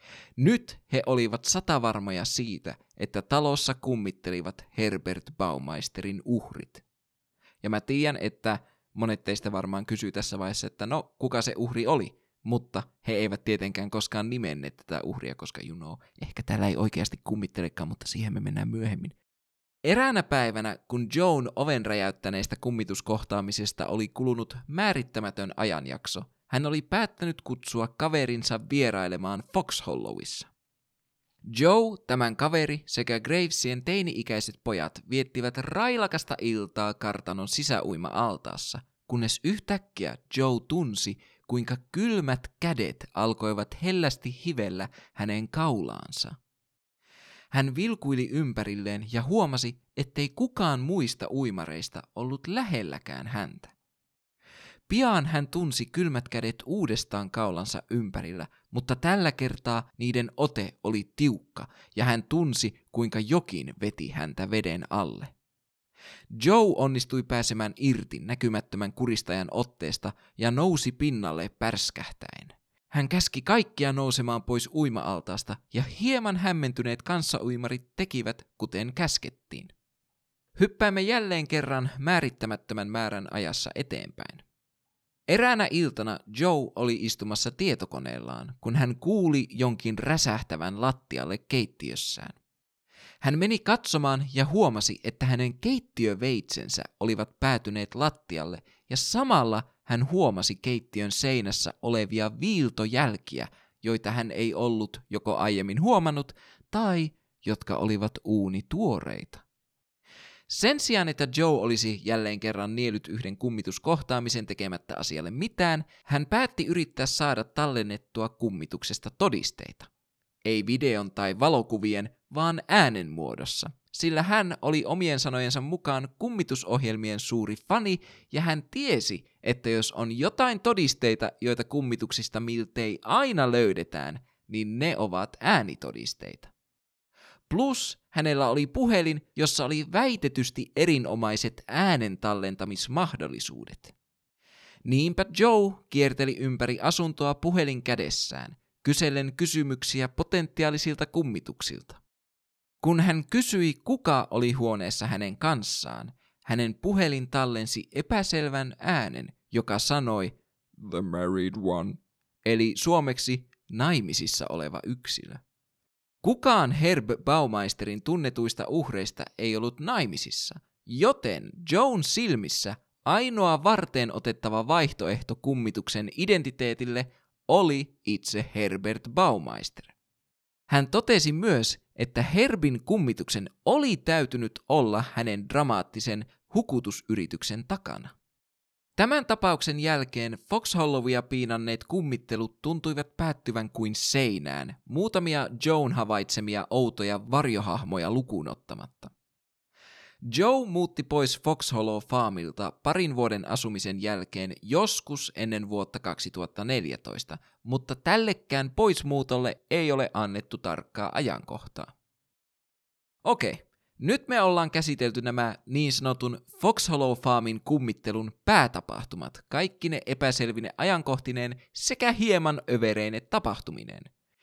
Nyt he olivat satavarmoja siitä, että talossa kummittelivat Herbert Baumeisterin uhrit. Ja mä tiedän, että monet teistä varmaan kysyy tässä vaiheessa, että no, kuka se uhri oli? Mutta he eivät tietenkään koskaan nimenneet tätä uhria, koska you know, ehkä täällä ei oikeasti kummittelekaan, mutta siihen me mennään myöhemmin. Eräänä päivänä, kun Joen oven räjäyttäneestä kummituskohtaamisesta oli kulunut määrittämätön ajanjakso, hän oli päättänyt kutsua kaverinsa vierailemaan Fox Hollowissa. Joe, tämän kaveri sekä Gravesien teini-ikäiset pojat viettivät railakasta iltaa kartanon sisäuima-altaassa, kunnes yhtäkkiä Joe tunsi, kuinka kylmät kädet alkoivat hellästi hivellä hänen kaulaansa. Hän vilkuili ympärilleen ja huomasi, ettei kukaan muista uimareista ollut lähelläkään häntä. Pian hän tunsi kylmät kädet uudestaan kaulansa ympärillä, mutta tällä kertaa niiden ote oli tiukka ja hän tunsi, kuinka jokin veti häntä veden alle. Joe onnistui pääsemään irti näkymättömän kuristajan otteesta ja nousi pinnalle pärskähtäen. Hän käski kaikkia nousemaan pois uima-altaasta ja hieman hämmentyneet kanssauimarit tekivät kuten käskettiin. Hyppäämme jälleen kerran määrittämättömän määrän ajassa eteenpäin. Eräänä iltana Joe oli istumassa tietokoneellaan, kun hän kuuli jonkin räsähtävän lattialle keittiössään. Hän meni katsomaan ja huomasi, että hänen keittiöveitsensä olivat päätyneet lattialle ja samalla hän huomasi keittiön seinässä olevia viiltojälkiä, joita hän ei ollut joko aiemmin huomannut tai jotka olivat uunituoreita. Sen sijaan, että Joe olisi jälleen kerran nielyt yhden kummituskohtaamisen tekemättä asialle mitään, hän päätti yrittää saada tallennettua kummituksesta todisteita. Ei videon tai valokuvien, vaan äänen muodossa, sillä hän oli omien sanojensa mukaan kummitusohjelmien suuri fani, ja hän tiesi, että jos on jotain todisteita, joita kummituksista miltei aina löydetään, niin ne ovat äänitodisteita. Plus hänellä oli puhelin, jossa oli väitetysti erinomaiset äänen tallentamismahdollisuudet. Niinpä Joe kierteli ympäri asuntoa puhelin kädessään, kysellen kysymyksiä potentiaalisilta kummituksilta. Kun hän kysyi, kuka oli huoneessa hänen kanssaan, hänen puhelin tallensi epäselvän äänen, joka sanoi "The married one", eli suomeksi naimisissa oleva yksilö. Kukaan Herb Baumeisterin tunnetuista uhreista ei ollut naimisissa, joten Joen silmissä ainoa varteen otettava vaihtoehto kummituksen identiteetille oli itse Herbert Baumeister. Hän totesi myös, että Herbin kummituksen oli täytynyt olla hänen dramaattisen hukutusyrityksen takana. Tämän tapauksen jälkeen Foxhollowia piinanneet kummittelut tuntuivat päättyvän kuin seinään, muutamia Joen havaitsemia outoja varjohahmoja lukuun ottamatta. Joe muutti pois Foxhollow Farmilta parin vuoden asumisen jälkeen joskus ennen vuotta kaksituhattaneljätoista, mutta tällekään poismuutolle ei ole annettu tarkkaa ajankohtaa. Okei, nyt me ollaan käsitelty nämä niin sanotun Foxhollow Farmin kummittelun päätapahtumat, kaikki ne epäselvine ajankohtineen sekä hieman övereine tapahtumineen.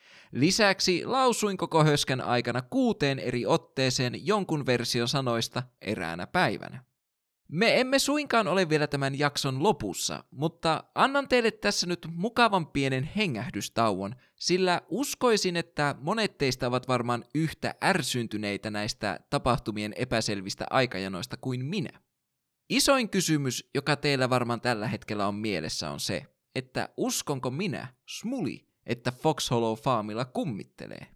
Lisäksi lausuin koko höskän aikana kuuteen eri otteeseen jonkun version sanoista eräänä päivänä. Me emme suinkaan ole vielä tämän jakson lopussa, mutta annan teille tässä nyt mukavan pienen hengähdystauon, sillä uskoisin, että monet teistä ovat varmaan yhtä ärsyntyneitä näistä tapahtumien epäselvistä aikajanoista kuin minä. Isoin kysymys, joka teillä varmaan tällä hetkellä on mielessä, on se, että uskonko minä, Smuli, että Foxhollow Farmilla kummittelee?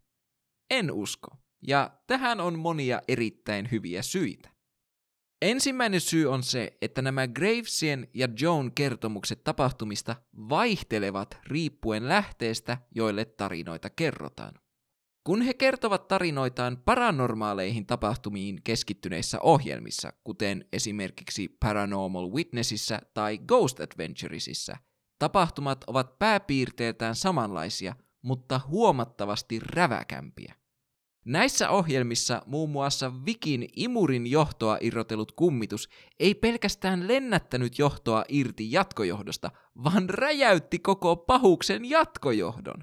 En usko, ja tähän on monia erittäin hyviä syitä. Ensimmäinen syy on se, että nämä Gravesien ja Joen kertomukset tapahtumista vaihtelevat riippuen lähteestä, joille tarinoita kerrotaan. Kun he kertovat tarinoitaan paranormaaleihin tapahtumiin keskittyneissä ohjelmissa, kuten esimerkiksi Paranormal Witnessissä tai Ghost Adventuresissa, tapahtumat ovat pääpiirteiltään samanlaisia, mutta huomattavasti räväkämpiä. Näissä ohjelmissa muun muassa Vikin imurin johtoa irrotellut kummitus ei pelkästään lennättänyt johtoa irti jatkojohdosta, vaan räjäytti koko pahuksen jatkojohdon.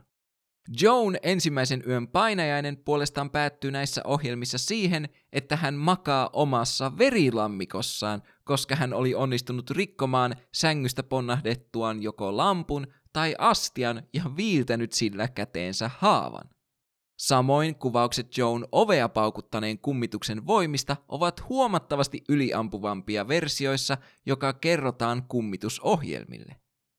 Joen ensimmäisen yön painajainen puolestaan päättyy näissä ohjelmissa siihen, että hän makaa omassa verilammikossaan, koska hän oli onnistunut rikkomaan sängystä ponnahdettuaan joko lampun tai astian ja viiltänyt sillä käteensä haavan. Samoin kuvaukset Joen ovea paukuttaneen kummituksen voimista ovat huomattavasti yliampuvampia versioissa, joka kerrotaan kummitusohjelmille.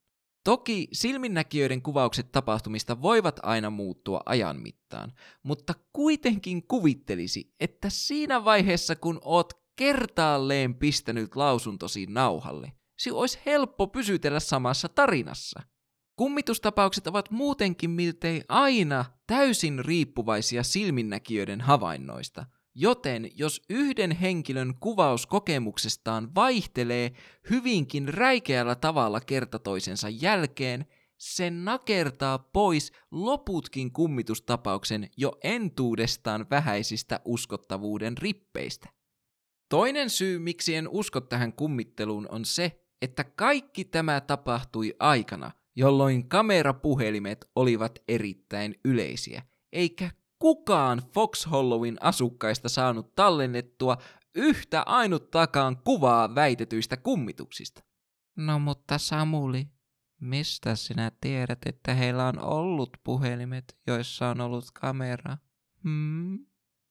Toki silminnäkijöiden kuvaukset tapahtumista voivat aina muuttua ajan mittaan, mutta kuitenkin kuvittelisi, että siinä vaiheessa kun oot kertaalleen pistänyt lausuntosi nauhalle, sinun olisi helppo pysytellä samassa tarinassa. Kummitustapaukset ovat muutenkin miltei aina täysin riippuvaisia silminnäkijöiden havainnoista, joten jos yhden henkilön kuvaus kokemuksestaan vaihtelee hyvinkin räikeällä tavalla kerta toisensa jälkeen, se nakertaa pois loputkin kummitustapauksen jo entuudestaan vähäisistä uskottavuuden rippeistä. Toinen syy, miksi en usko tähän kummitteluun, on se, että kaikki tämä tapahtui aikana, jolloin kamerapuhelimet olivat erittäin yleisiä, eikä kukaan Foxhollowin asukkaista saanut tallennettua yhtä ainuttakaan kuvaa väitetyistä kummituksista. No mutta Samuli, mistä sinä tiedät, että heillä on ollut puhelimet, joissa on ollut kamera? Hmm?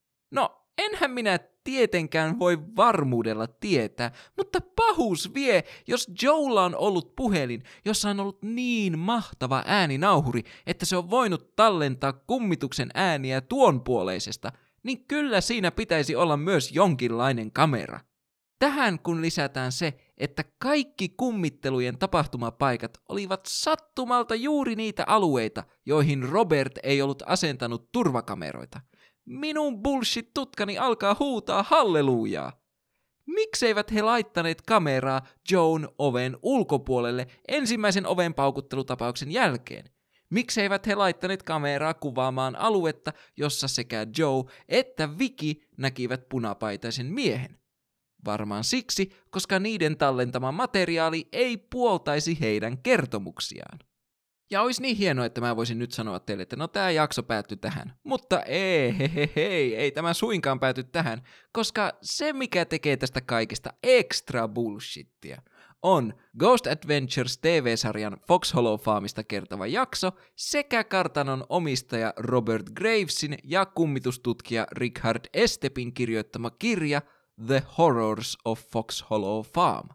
No, enhän minä tietenkään voi varmuudella tietää, mutta pahuus vie, jos Joella on ollut puhelin, jossa on ollut niin mahtava ääninauhuri, että se on voinut tallentaa kummituksen ääniä tuonpuoleisesta, niin kyllä siinä pitäisi olla myös jonkinlainen kamera. Tähän kun lisätään se, että kaikki kummittelujen tapahtumapaikat olivat sattumalta juuri niitä alueita, joihin Robert ei ollut asentanut turvakameroita, minun bullshit-tutkani alkaa huutaa hallelujaa. Mikseivät he laittaneet kameraa Joen oven ulkopuolelle ensimmäisen oven paukuttelutapauksen jälkeen? Mikseivät he laittaneet kameraa kuvaamaan aluetta, jossa sekä Joe että Vicky näkivät punapaitaisen miehen? Varmaan siksi, koska niiden tallentama materiaali ei puoltaisi heidän kertomuksiaan. Ja olisi niin hienoa, että mä voisin nyt sanoa teille, että no tää jakso päättyi tähän. Mutta ei, hei, hei, hei, ei tämä suinkaan pääty tähän, koska se mikä tekee tästä kaikesta extra bullshittia on Ghost Adventures T V-sarjan Fox Hollow Farmista kertova jakso sekä kartanon omistaja Robert Gravesin ja kummitustutkija Richard Estepin kirjoittama kirja The Horrors of Fox Hollow Farm.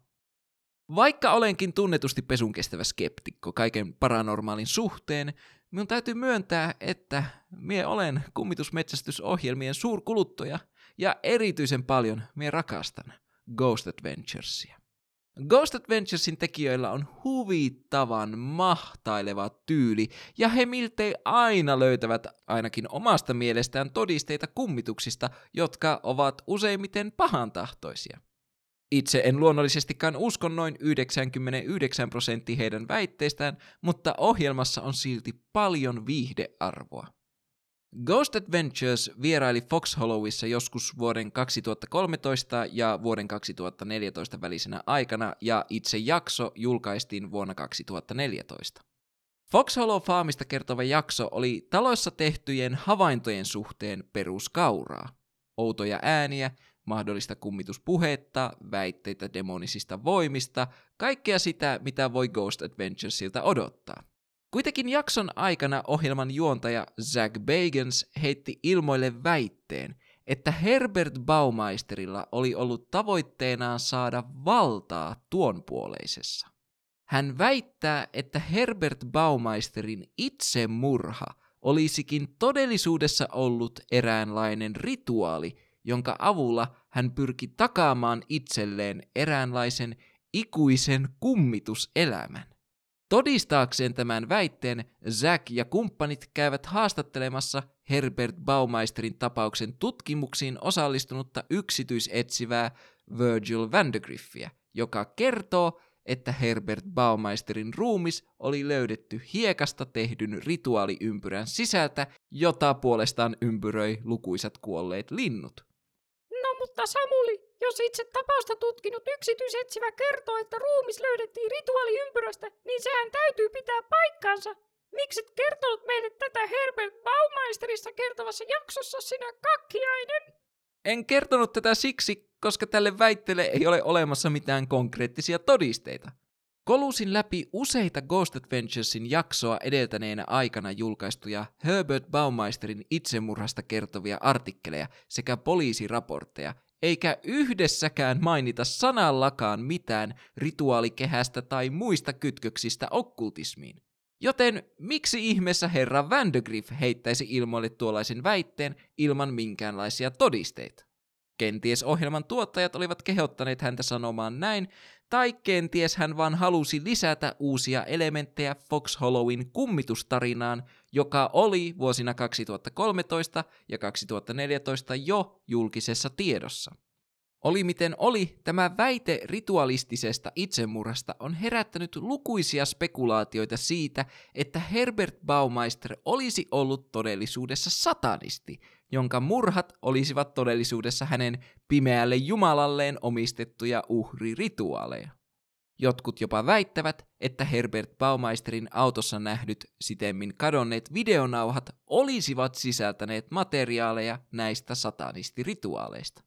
Vaikka olenkin tunnetusti pesunkestävä skeptikko kaiken paranormaalin suhteen, minun täytyy myöntää, että mie olen kummitusmetsästysohjelmien suurkuluttaja ja erityisen paljon mie rakastan Ghost Adventuresia. Ghost Adventuresin tekijöillä on huvittavan mahtaileva tyyli, ja he miltei aina löytävät ainakin omasta mielestään todisteita kummituksista, jotka ovat useimmiten pahantahtoisia. Itse en luonnollisestikaan usko noin yhdeksänkymmentäyhdeksän prosenttia heidän väitteistään, mutta ohjelmassa on silti paljon viihdearvoa. Ghost Adventures vieraili Fox Hollowissa joskus vuoden kaksituhattakolmetoista ja vuoden kaksituhattaneljätoista välisenä aikana, ja itse jakso julkaistiin vuonna kaksituhattaneljätoista. Fox Hollow Farmista kertova jakso oli taloissa tehtyjen havaintojen suhteen peruskauraa. Outoja ääniä, mahdollista kummituspuhetta, väitteitä demonisista voimista, kaikkea sitä, mitä voi Ghost Adventuresilta odottaa. Kuitenkin jakson aikana ohjelman juontaja Zach Bagans heitti ilmoille väitteen, että Herbert Baumeisterilla oli ollut tavoitteenaan saada valtaa tuonpuoleisessa. Hän väittää, että Herbert Baumeisterin itsemurha olisikin todellisuudessa ollut eräänlainen rituaali, jonka avulla hän pyrki takaamaan itselleen eräänlaisen ikuisen kummituselämän. Todistaakseen tämän väitteen Zack ja kumppanit käyvät haastattelemassa Herbert Baumeisterin tapauksen tutkimuksiin osallistunutta yksityisetsivää Virgil Vandergriffia, joka kertoo, että Herbert Baumeisterin ruumis oli löydetty hiekasta tehdyn rituaaliympyrän sisältä, jota puolestaan ympyröi lukuisat kuolleet linnut. No mutta Samuli, jos itse tapausta tutkinut yksityisetsivä kertoo, että ruumis löydettiin rituaaliympyrästä, niin sehän täytyy pitää paikkansa. Miksi et kertonut meille tätä Herbert Baumeisterista kertovassa jaksossa, sinä kakkiainen? En kertonut tätä siksi, koska tälle väitteelle ei ole olemassa mitään konkreettisia todisteita. Kolusin läpi useita Ghost Adventuresin jaksoa edeltäneenä aikana julkaistuja Herbert Baumeisterin itsemurhasta kertovia artikkeleja sekä poliisiraportteja, eikä yhdessäkään mainita sanallakaan mitään rituaalikehästä tai muista kytköksistä okkultismiin. Joten miksi ihmeessä herra Vandergriff heittäisi ilmoille tuollaisen väitteen ilman minkäänlaisia todisteita? Kenties ohjelman tuottajat olivat kehottaneet häntä sanomaan näin, tai kenties hän vaan halusi lisätä uusia elementtejä Fox Hollowin kummitustarinaan, joka oli vuosina kaksituhattakolmetoista ja kaksituhattaneljätoista jo julkisessa tiedossa. Oli miten oli, tämä väite ritualistisesta itsemurhasta on herättänyt lukuisia spekulaatioita siitä, että Herbert Baumeister olisi ollut todellisuudessa satanisti, jonka murhat olisivat todellisuudessa hänen pimeälle jumalalleen omistettuja uhrirituaaleja. Jotkut jopa väittävät, että Herbert Baumeisterin autossa nähdyt sitemmin kadonneet videonauhat olisivat sisältäneet materiaaleja näistä satanistirituaaleista.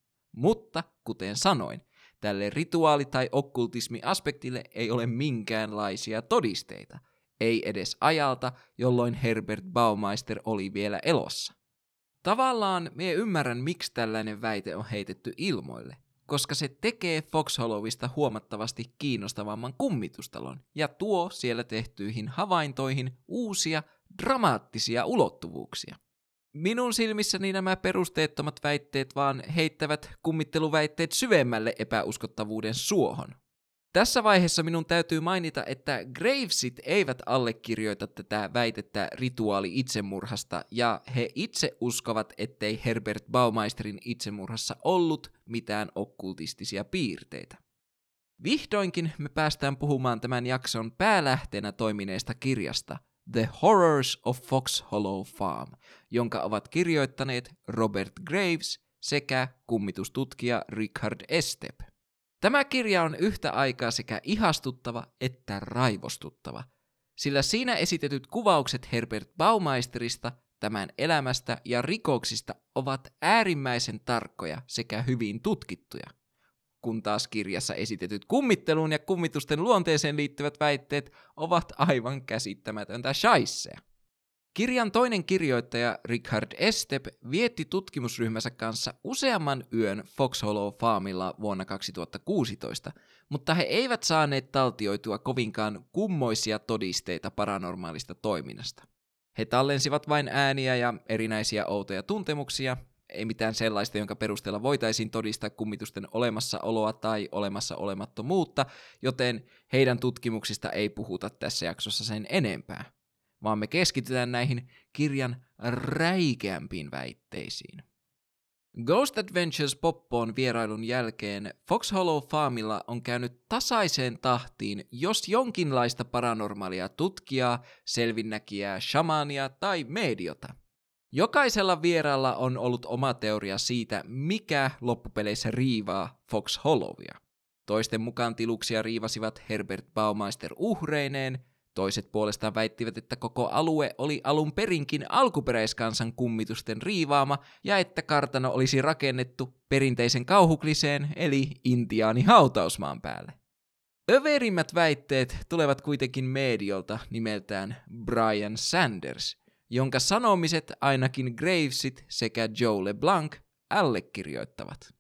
Mutta, kuten sanoin, tälle rituaali- tai okkultismi-aspektille ei ole minkäänlaisia todisteita, ei edes ajalta, jolloin Herbert Baumeister oli vielä elossa. Tavallaan mie ymmärrän, miksi tällainen väite on heitetty ilmoille, koska se tekee Fox Hollowista huomattavasti kiinnostavamman kummitustalon ja tuo siellä tehtyihin havaintoihin uusia, dramaattisia ulottuvuuksia. Minun silmissäni nämä perusteettomat väitteet vaan heittävät kummitteluväitteet syvemmälle epäuskottavuuden suohon. Tässä vaiheessa minun täytyy mainita, että Gravesit eivät allekirjoita tätä väitettä rituaali-itsemurhasta, ja he itse uskovat, ettei Herbert Baumeisterin itsemurhassa ollut mitään okkultistisia piirteitä. Vihdoinkin me päästään puhumaan tämän jakson päälähteenä toimineesta kirjasta The Horrors of Fox Hollow Farm, jonka ovat kirjoittaneet Robert Graves sekä kummitustutkija Richard Estep. Tämä kirja on yhtä aikaa sekä ihastuttava että raivostuttava, sillä siinä esitetyt kuvaukset Herbert Baumeisterista, tämän elämästä ja rikoksista ovat äärimmäisen tarkkoja sekä hyvin tutkittuja, kun taas kirjassa esitetyt kummitteluun ja kummitusten luonteeseen liittyvät väitteet ovat aivan käsittämätöntä shaisseja. Kirjan toinen kirjoittaja Richard Estep vietti tutkimusryhmänsä kanssa useamman yön Fox Hollow Farmilla vuonna kaksituhattakuusitoista, mutta he eivät saaneet taltioitua kovinkaan kummoisia todisteita paranormaalista toiminnasta. He tallensivat vain ääniä ja erinäisiä outoja tuntemuksia, ei mitään sellaista, jonka perusteella voitaisiin todistaa kummitusten olemassaoloa tai olemassa olemattomuutta, joten heidän tutkimuksista ei puhuta tässä jaksossa sen enempää, vaan me keskitytään näihin kirjan räikeämpiin väitteisiin. Ghost Adventures Poppoon vierailun jälkeen Fox Hollow Farmilla on käynyt tasaiseen tahtiin, jos jonkinlaista paranormaalia tutkijaa, selvinnäkijää, shamaania tai mediota. Jokaisella vieraalla on ollut oma teoria siitä, mikä loppupeleissä riivaa Fox Hollowia. Toisten mukaan tiluksia riivasivat Herbert Baumeister uhreineen, toiset puolestaan väittivät, että koko alue oli alun perinkin alkuperäiskansan kummitusten riivaama ja että kartano olisi rakennettu perinteisen kauhukliseen eli intiaani hautausmaan päälle. Överimmät väitteet tulevat kuitenkin mediolta nimeltään Brian Sanders, jonka sanomiset ainakin Gravesit sekä Joe LeBlanc allekirjoittavat.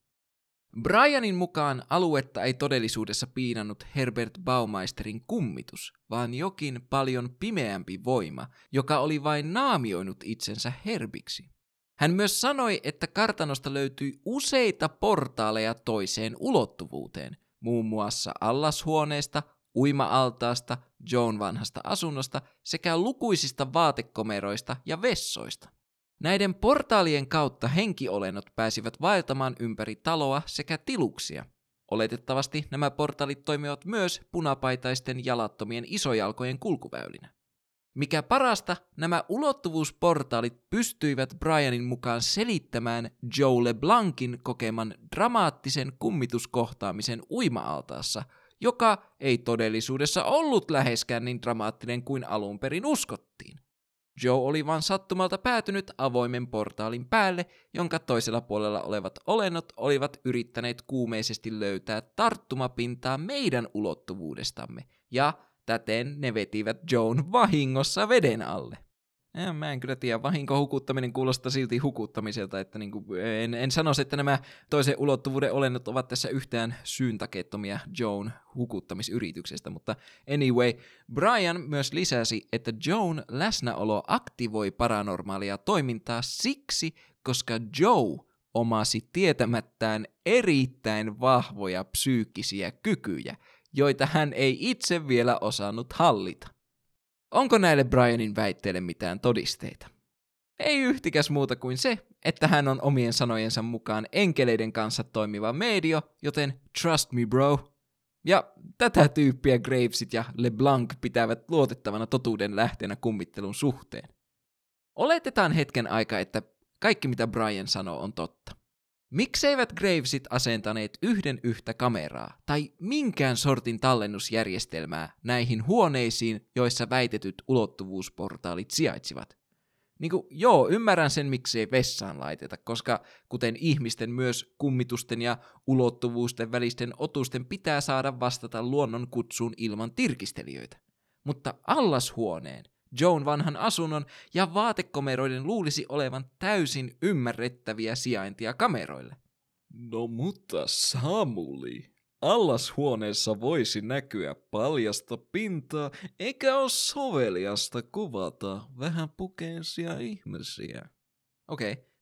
Brianin mukaan aluetta ei todellisuudessa piinannut Herbert Baumeisterin kummitus, vaan jokin paljon pimeämpi voima, joka oli vain naamioinut itsensä Herbiksi. Hän myös sanoi, että kartanosta löytyi useita portaaleja toiseen ulottuvuuteen, muun muassa allashuoneesta, uima-altaasta, Joan vanhasta asunnosta sekä lukuisista vaatekomeroista ja vessoista. Näiden portaalien kautta henkiolennot pääsivät vaeltamaan ympäri taloa sekä tiluksia. Oletettavasti nämä portaalit toimivat myös punapaitaisten jalattomien isojalkojen kulkuväylinä. Mikä parasta, nämä ulottuvuusportaalit pystyivät Brianin mukaan selittämään Joe LeBlancin kokeman dramaattisen kummituskohtaamisen uima-altaassa, joka ei todellisuudessa ollut läheskään niin dramaattinen kuin alun perin uskottiin. Joe oli vain sattumalta päätynyt avoimen portaalin päälle, jonka toisella puolella olevat olennot olivat yrittäneet kuumeisesti löytää tarttumapintaa meidän ulottuvuudestamme, ja täten ne vetivät Joan vahingossa veden alle. Ja mä en kyllä tiedä, vahinkohukuttaminen kuulostaa silti hukuttamiselta, että niinku, en, en sanoisi, että nämä toisen ulottuvuuden olennot ovat tässä yhtään syyntakeettomia Joan hukuttamisyrityksestä, mutta anyway, Brian myös lisäsi, että Joan läsnäolo aktivoi paranormaalia toimintaa siksi, koska Joe omasi tietämättään erittäin vahvoja psyykkisiä kykyjä, joita hän ei itse vielä osannut hallita. Onko näille Brianin väitteille mitään todisteita? Ei yhtikäs muuta kuin se, että hän on omien sanojensa mukaan enkeleiden kanssa toimiva medio, joten trust me bro. Ja tätä tyyppiä Gravesit ja LeBlanc pitävät luotettavana totuuden lähteenä kummittelun suhteen. Oletetaan hetken aikaa, että kaikki mitä Brian sanoo on totta. Mikseivät Gravesit asentaneet yhden yhtä kameraa tai minkään sortin tallennusjärjestelmää näihin huoneisiin, joissa väitetyt ulottuvuusportaalit sijaitsivat? Niinku, joo, ymmärrän sen, miksei vessaan laiteta, koska kuten ihmisten myös kummitusten ja ulottuvuusten välisten otusten pitää saada vastata luonnon kutsuun ilman tirkistelijöitä. Mutta allashuoneen, Joan vanhan asunnon ja vaatekomeroiden luulisi olevan täysin ymmärrettäviä sijaintia kameroille. No mutta Samuli, allashuoneessa voisi näkyä paljasta pintaa, eikä ole soveliasta kuvata vähän pukeisia ihmisiä. Okei,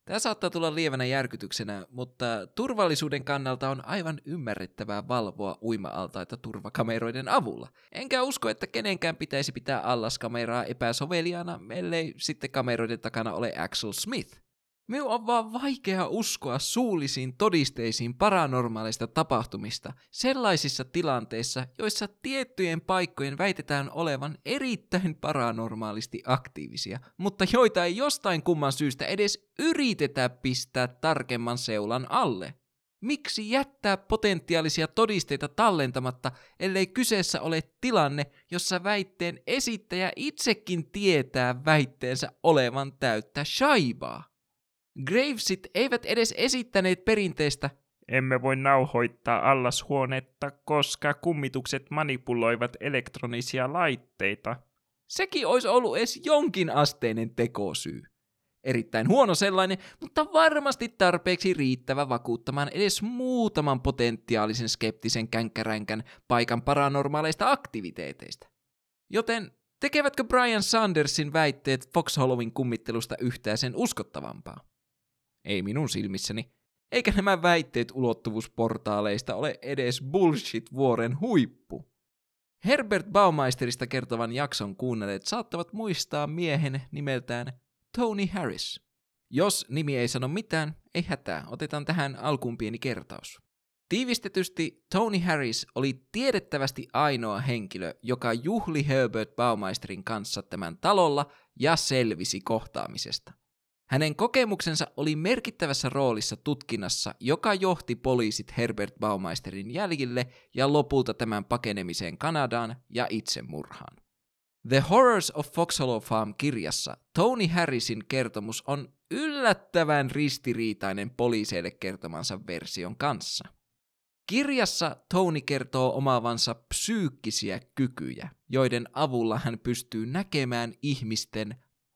Tämä saattaa tulla lievänä järkytyksenä, mutta turvallisuuden kannalta on aivan ymmärrettävää valvoa uima-altaita turvakameroiden avulla. Enkä usko, että kenenkään pitäisi pitää allaskameraa epäsoveliaana, ellei sitten kameroiden takana ole Axel Smith. Minun on vaan vaikea uskoa suullisiin todisteisiin paranormaaleista tapahtumista sellaisissa tilanteissa, joissa tiettyjen paikkojen väitetään olevan erittäin paranormaalisti aktiivisia, mutta joita ei jostain kumman syystä edes yritetä pistää tarkemman seulan alle. Miksi jättää potentiaalisia todisteita tallentamatta, ellei kyseessä ole tilanne, jossa väitteen esittäjä itsekin tietää väitteensä olevan täyttä shaibaa? Gravesit eivät edes esittäneet perinteistä Emme voi nauhoittaa allashuonetta, koska kummitukset manipuloivat elektronisia laitteita. sekin olisi ollut edes jonkin asteinen tekosyy. Erittäin huono sellainen, mutta varmasti tarpeeksi riittävä vakuuttamaan edes muutaman potentiaalisen skeptisen känkkäränkän paikan paranormaaleista aktiviteeteista. Joten tekevätkö Brian Sandersin väitteet Foxhollowin kummittelusta yhtään sen uskottavampaa? Ei minun silmissäni, eikä nämä väitteet ulottuvuusportaaleista ole edes bullshit-vuoren huippu. Herbert Baumeisterista kertovan jakson kuunnelleet saattavat muistaa miehen nimeltään Tony Harris. Jos nimi ei sano mitään, ei hätää, otetaan tähän alkuun pieni kertaus. Tiivistetysti Tony Harris oli tiedettävästi ainoa henkilö, joka juhli Herbert Baumeisterin kanssa tämän talolla ja selvisi kohtaamisesta. Hänen kokemuksensa oli merkittävässä roolissa tutkinnassa, joka johti poliisit Herbert Baumeisterin jäljille ja lopulta tämän pakenemiseen Kanadaan ja itsemurhaan. The Horrors of Foxhollow Farm-kirjassa Tony Harrisin kertomus on yllättävän ristiriitainen poliiseille kertomansa version kanssa. Kirjassa Tony kertoo omaavansa psyykkisiä kykyjä, joiden avulla hän pystyy näkemään ihmisten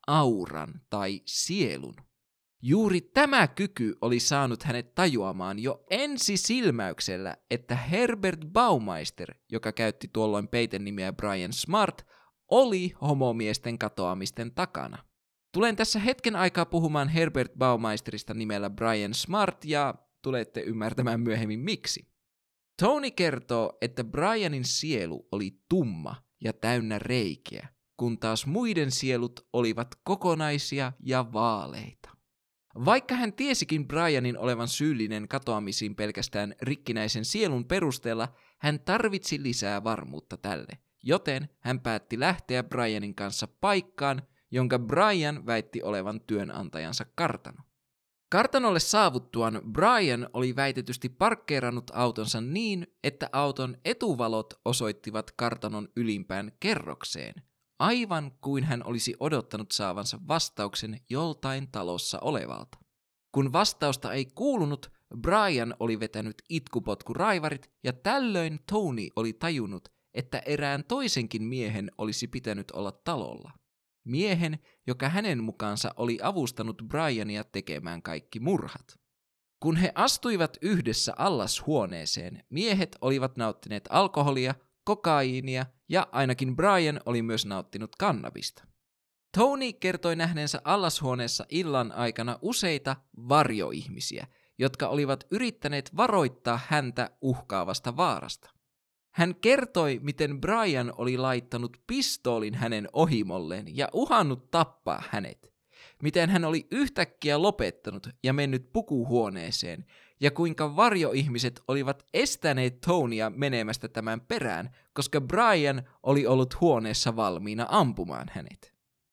auran tai sielun. Juuri tämä kyky oli saanut hänet tajuamaan jo ensisilmäyksellä, että Herbert Baumeister, joka käytti tuolloin peitenimeä Brian Smart, oli homomiesten katoamisten takana. Tulen tässä hetken aikaa puhumaan Herbert Baumeisterista nimellä Brian Smart ja tulette ymmärtämään myöhemmin miksi. Tony kertoo, että Brianin sielu oli tumma ja täynnä reikiä, kun taas muiden sielut olivat kokonaisia ja vaaleita. Vaikka hän tiesikin Brianin olevan syyllinen katoamisiin pelkästään rikkinäisen sielun perusteella, hän tarvitsi lisää varmuutta tälle, joten hän päätti lähteä Brianin kanssa paikkaan, jonka Brian väitti olevan työnantajansa kartano. Kartanolle saavuttuaan Brian oli väitetysti parkkeerannut autonsa niin, että auton etuvalot osoittivat kartanon ylimpään kerrokseen, aivan kuin hän olisi odottanut saavansa vastauksen joltain talossa olevalta. Kun vastausta ei kuulunut, Brian oli vetänyt itkupotkuraivarit ja tällöin Tony oli tajunnut, että erään toisenkin miehen olisi pitänyt olla talolla. Miehen, joka hänen mukaansa oli avustanut Briania tekemään kaikki murhat. Kun he astuivat yhdessä allashuoneeseen, miehet olivat nauttineet alkoholia, kokaiinia ja ainakin Brian oli myös nauttinut kannabista. Tony kertoi nähneensä allashuoneessa illan aikana useita varjoihmisiä, jotka olivat yrittäneet varoittaa häntä uhkaavasta vaarasta. Hän kertoi, miten Brian oli laittanut pistoolin hänen ohimolleen ja uhannut tappaa hänet, miten hän oli yhtäkkiä lopettanut ja mennyt pukuhuoneeseen, ja kuinka varjoihmiset olivat estäneet Tonya menemästä tämän perään, koska Brian oli ollut huoneessa valmiina ampumaan hänet.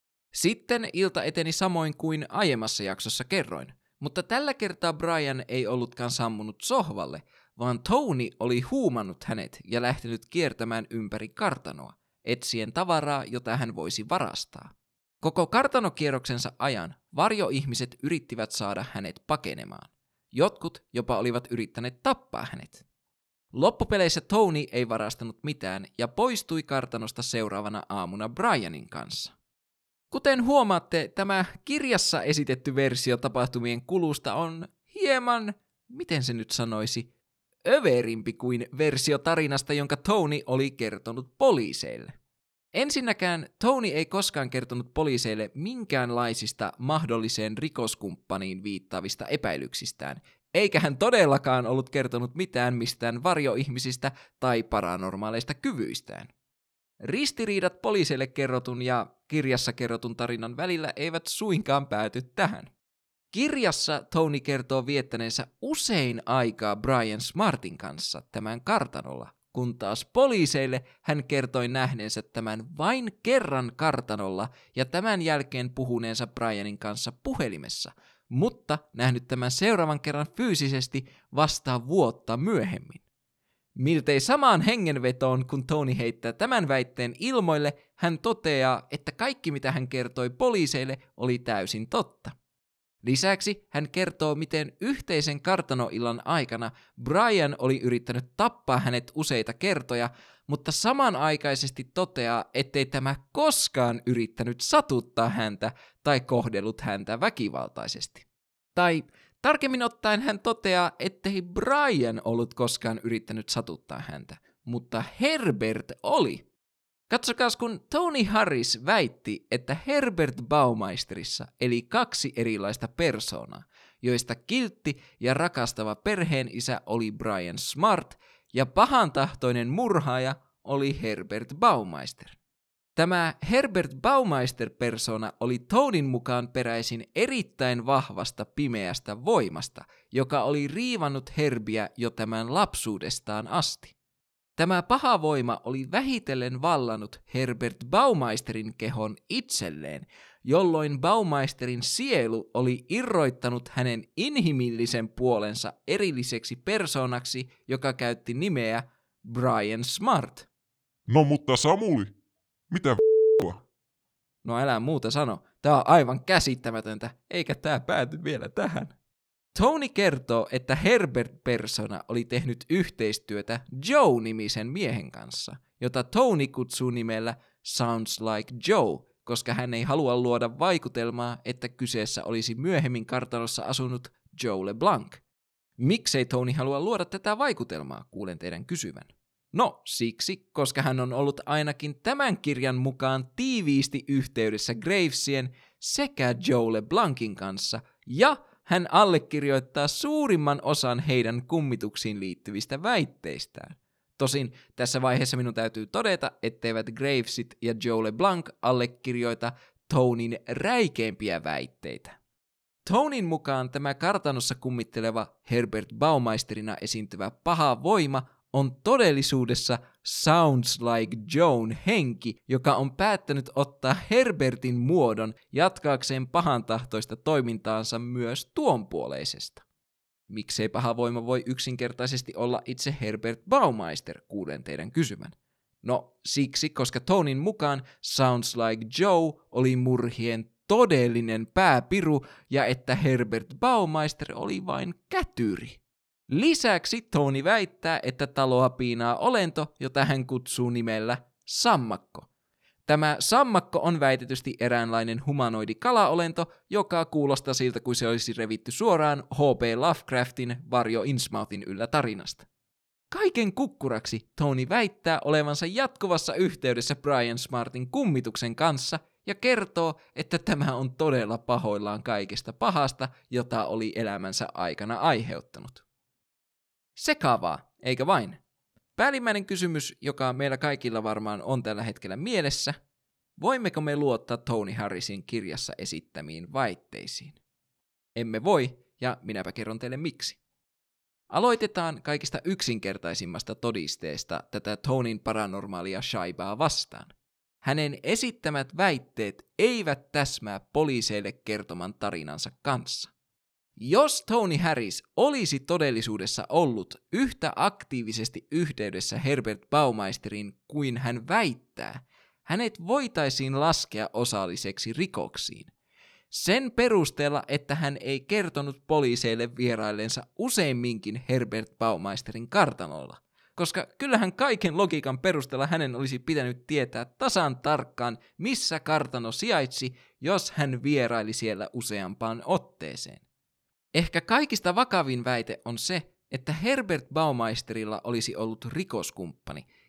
Sitten ilta eteni samoin kuin aiemmassa jaksossa kerroin, mutta tällä kertaa Brian ei ollutkaan sammunut sohvalle, vaan Tony oli huumannut hänet ja lähtenyt kiertämään ympäri kartanoa, etsien tavaraa, jota hän voisi varastaa. Koko kartanokierroksensa ajan varjoihmiset yrittivät saada hänet pakenemaan. Jotkut jopa olivat yrittäneet tappaa hänet. Loppupeleissä Tony ei varastanut mitään ja poistui kartanosta seuraavana aamuna Brianin kanssa. Kuten huomaatte, tämä kirjassa esitetty versio tapahtumien kulusta on hieman, miten se nyt sanoisi, överimpi kuin versio tarinasta, jonka Tony oli kertonut poliiseille. Ensinnäkään Tony ei koskaan kertonut poliiseille minkäänlaisista mahdolliseen rikoskumppaniin viittaavista epäilyksistään, eikä hän todellakaan ollut kertonut mitään mistään varjoihmisistä tai paranormaaleista kyvyistään. Ristiriidat poliiseille kerrotun ja kirjassa kerrotun tarinan välillä eivät suinkaan pääty tähän. Kirjassa Tony kertoo viettäneensä usein aikaa Brian Smartin kanssa tämän kartanolla, kun taas poliiseille hän kertoi nähneensä tämän vain kerran kartanolla ja tämän jälkeen puhuneensa Brianin kanssa puhelimessa, mutta nähnyt tämän seuraavan kerran fyysisesti vasta vuotta myöhemmin. Miltei samaan hengenvetoon, kun Tony heittää tämän väitteen ilmoille, hän toteaa, että kaikki mitä hän kertoi poliiseille oli täysin totta. Lisäksi hän kertoo, miten yhteisen kartanoillan aikana Brian oli yrittänyt tappaa hänet useita kertoja, mutta samanaikaisesti toteaa, ettei tämä koskaan yrittänyt satuttaa häntä tai kohdellut häntä väkivaltaisesti. Tai tarkemmin ottaen hän toteaa, ettei Brian ollut koskaan yrittänyt satuttaa häntä, mutta Herbert oli. Katsokaas, kun Tony Harris väitti, että Herbert Baumeisterissa eli kaksi erilaista persoonaa, joista kiltti ja rakastava perheenisä oli Brian Smart ja pahantahtoinen murhaaja oli Herbert Baumeister. Tämä Herbert Baumeister-persona oli Tonyn mukaan peräisin erittäin vahvasta pimeästä voimasta, joka oli riivannut Herbiä jo tämän lapsuudestaan asti. Tämä paha voima oli vähitellen vallannut Herbert Baumeisterin kehon itselleen, jolloin Baumeisterin sielu oli irroittanut hänen inhimillisen puolensa erilliseksi persoonaksi, joka käytti nimeä Brian Smart. No mutta Samuli, mitä v***a? No älä muuta sano, tää on aivan käsittämätöntä, eikä tää pääty vielä tähän. Tony kertoo, että Herbert-persona oli tehnyt yhteistyötä Joe-nimisen miehen kanssa, jota Tony kutsuu nimellä Sounds Like Joe, koska hän ei halua luoda vaikutelmaa, että kyseessä olisi myöhemmin kartanossa asunut Joe LeBlanc. Miksei Tony halua luoda tätä vaikutelmaa, kuulen teidän kysyvän. No, siksi, koska hän on ollut ainakin tämän kirjan mukaan tiiviisti yhteydessä Gravesien sekä Joe LeBlancin kanssa, ja hän allekirjoittaa suurimman osan heidän kummituksiin liittyvistä väitteistään. Tosin tässä vaiheessa minun täytyy todeta, etteivät Gravesit ja Joe LeBlanc allekirjoita Tonyn räikeimpiä väitteitä. Tonyn mukaan tämä kartanossa kummitteleva Herbert Baumeisterina esiintyvä paha voima on todellisuudessa Sounds Like Joen henki, joka on päättänyt ottaa Herbertin muodon jatkaakseen pahantahtoista toimintaansa myös tuonpuoleisesta. Miksei paha voima voi yksinkertaisesti olla itse Herbert Baumeister, kuulen teidän kysyvän? No siksi, koska Tonyn mukaan Sounds Like Joe oli murhien todellinen pääpiru ja että Herbert Baumeister oli vain kätyri. Lisäksi Tony väittää, että taloa piinaa olento, jota hän kutsuu nimellä sammakko. Tämä sammakko on väitetysti eräänlainen humanoidi kalaolento, joka kuulostaa siltä, kuin se olisi revitty suoraan H P Lovecraftin Varjo Innsmouthin yllä tarinasta. Kaiken kukkuraksi Tony väittää olevansa jatkuvassa yhteydessä Brian Smartin kummituksen kanssa ja kertoo, että tämä on todella pahoillaan kaikesta pahasta, jota oli elämänsä aikana aiheuttanut. Sekavaa, eikä vain? Päällimmäinen kysymys, joka meillä kaikilla varmaan on tällä hetkellä mielessä, voimmeko me luottaa Tony Harrisin kirjassa esittämiin väitteisiin? Emme voi, ja minäpä kerron teille miksi. Aloitetaan kaikista yksinkertaisimmasta todisteesta tätä Tonyn paranormaalia shaibaa vastaan. Hänen esittämät väitteet eivät täsmää poliiseille kertoman tarinansa kanssa. Jos Tony Harris olisi todellisuudessa ollut yhtä aktiivisesti yhteydessä Herbert Baumeisteriin kuin hän väittää, hänet voitaisiin laskea osalliseksi rikoksiin. Sen perusteella, että hän ei kertonut poliiseille vieraillensa useimminkin Herbert Baumeisterin kartanolla, koska kyllähän kaiken logiikan perusteella hänen olisi pitänyt tietää tasan tarkkaan, missä kartano sijaitsi, jos hän vieraili siellä useampaan otteeseen. Ehkä kaikista vakavin väite on se, että Herbert Baumeisterilla olisi ollut rikoskumppani,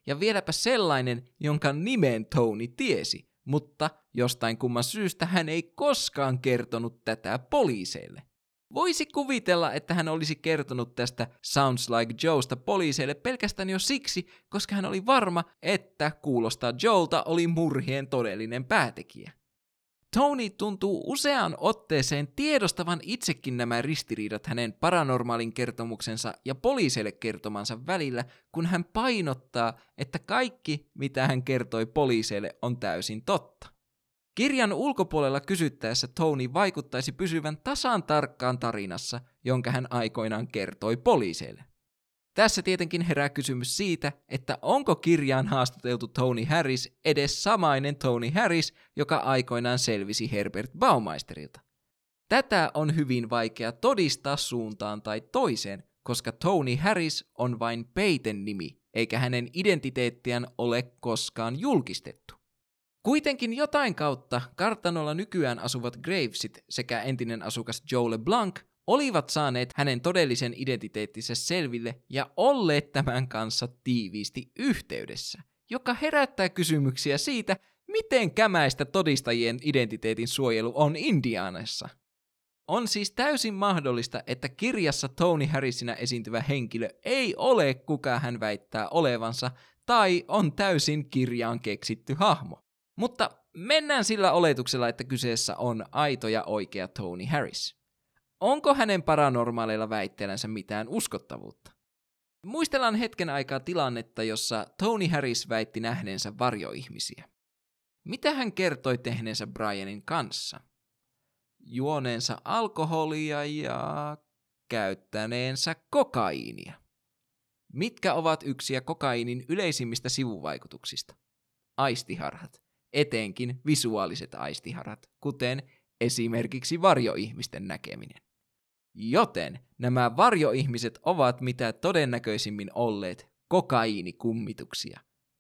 ja vieläpä sellainen, jonka nimen Tony tiesi, mutta jostain kumman syystä hän ei koskaan kertonut tätä poliiseille. Voisi kuvitella, että hän olisi kertonut tästä Sounds Like Joesta poliiseille pelkästään jo siksi, koska hän oli varma, että Kuulostaa Joelta oli murhien todellinen päätekijä. Tony tuntuu useaan otteeseen tiedostavan itsekin nämä ristiriidat hänen paranormaalin kertomuksensa ja poliiseille kertomansa välillä, kun hän painottaa, että kaikki, mitä hän kertoi poliiseille, on täysin totta. Kirjan ulkopuolella kysyttäessä Tony vaikuttaisi pysyvän tasan tarkkaan tarinassa, jonka hän aikoinaan kertoi poliiseille. Tässä tietenkin herää kysymys siitä, että onko kirjaan haastateltu Tony Harris edes samainen Tony Harris, joka aikoinaan selvisi Herbert Baumeisterilta. Tätä on hyvin vaikea todistaa suuntaan tai toiseen, koska Tony Harris on vain peiten nimi, eikä hänen identiteettiään ole koskaan julkistettu. Kuitenkin jotain kautta kartanolla nykyään asuvat Gravesit sekä entinen asukas Joe LeBlanc olivat saaneet hänen todellisen identiteettinsä selville ja olleet tämän kanssa tiiviisti yhteydessä, joka herättää kysymyksiä siitä, miten kämäistä todistajien identiteetin suojelu on Indianassa. On siis täysin mahdollista, että kirjassa Tony Harrisina esiintyvä henkilö ei ole kuka hän väittää olevansa, tai on täysin kirjaan keksitty hahmo. Mutta mennään sillä oletuksella, että kyseessä on aito ja oikea Tony Harris. Onko hänen paranormaaleilla väitteellänsä mitään uskottavuutta? Muistellaan hetken aikaa tilannetta, jossa Tony Harris väitti nähneensä varjoihmisiä. Mitä hän kertoi tehneensä Brianin kanssa? Juoneensa alkoholia ja käyttäneensä kokaiinia. Mitkä ovat yksiä kokaiinin yleisimmistä sivuvaikutuksista? Aistiharhat, etenkin visuaaliset aistiharhat, kuten esimerkiksi varjoihmisten näkeminen. Joten nämä varjoihmiset ovat mitä todennäköisimmin olleet kokaiinikummituksia.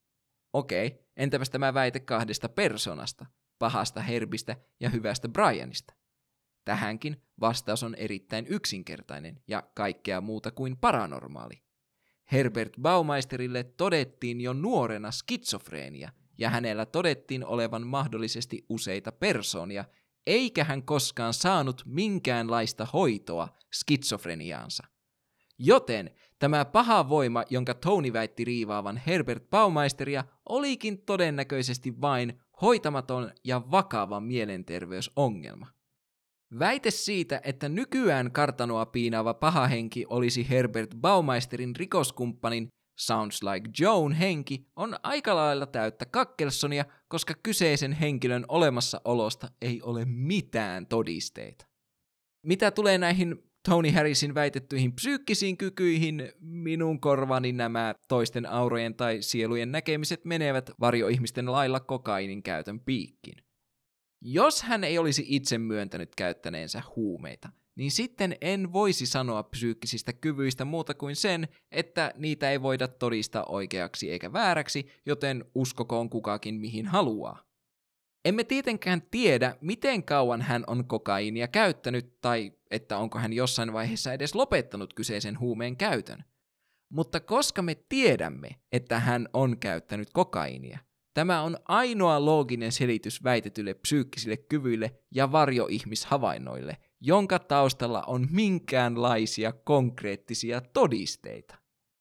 Okei, entäpäs tämä väite kahdesta persoonasta, pahasta Herbistä ja hyvästä Brianista? Tähänkin vastaus on erittäin yksinkertainen ja kaikkea muuta kuin paranormaali. Herbert Baumeisterille todettiin jo nuorena skitsofreenia, ja hänellä todettiin olevan mahdollisesti useita persoonia, eikä hän koskaan saanut minkäänlaista hoitoa skitsofreniaansa. Joten tämä paha voima, jonka Tony väitti riivaavan Herbert Baumeisteria, olikin todennäköisesti vain hoitamaton ja vakava mielenterveysongelma. Väite siitä, että nykyään kartanoa piinaava paha henki olisi Herbert Baumeisterin rikoskumppanin Sounds Like Joen henki, on aika lailla täyttä Kakkelsonia, koska kyseisen henkilön olemassaolosta ei ole mitään todisteita. Mitä tulee näihin Tony Harrisin väitettyihin psyykkisiin kykyihin, minun korvani nämä toisten aurojen tai sielujen näkemiset menevät varjoihmisten lailla kokainin käytön piikkiin. Jos hän ei olisi itse myöntänyt käyttäneensä huumeita, niin sitten en voisi sanoa psyykkisistä kyvyistä muuta kuin sen, että niitä ei voida todistaa oikeaksi eikä vääräksi, joten uskokoon kukakin mihin haluaa. Emme tietenkään tiedä, miten kauan hän on kokaiinia käyttänyt tai että onko hän jossain vaiheessa edes lopettanut kyseisen huumeen käytön. Mutta koska me tiedämme, että hän on käyttänyt kokaiinia, tämä on ainoa looginen selitys väitetylle psyykkisille kyvyille ja varjoihmishavainnoille, jonka taustalla on minkäänlaisia konkreettisia todisteita.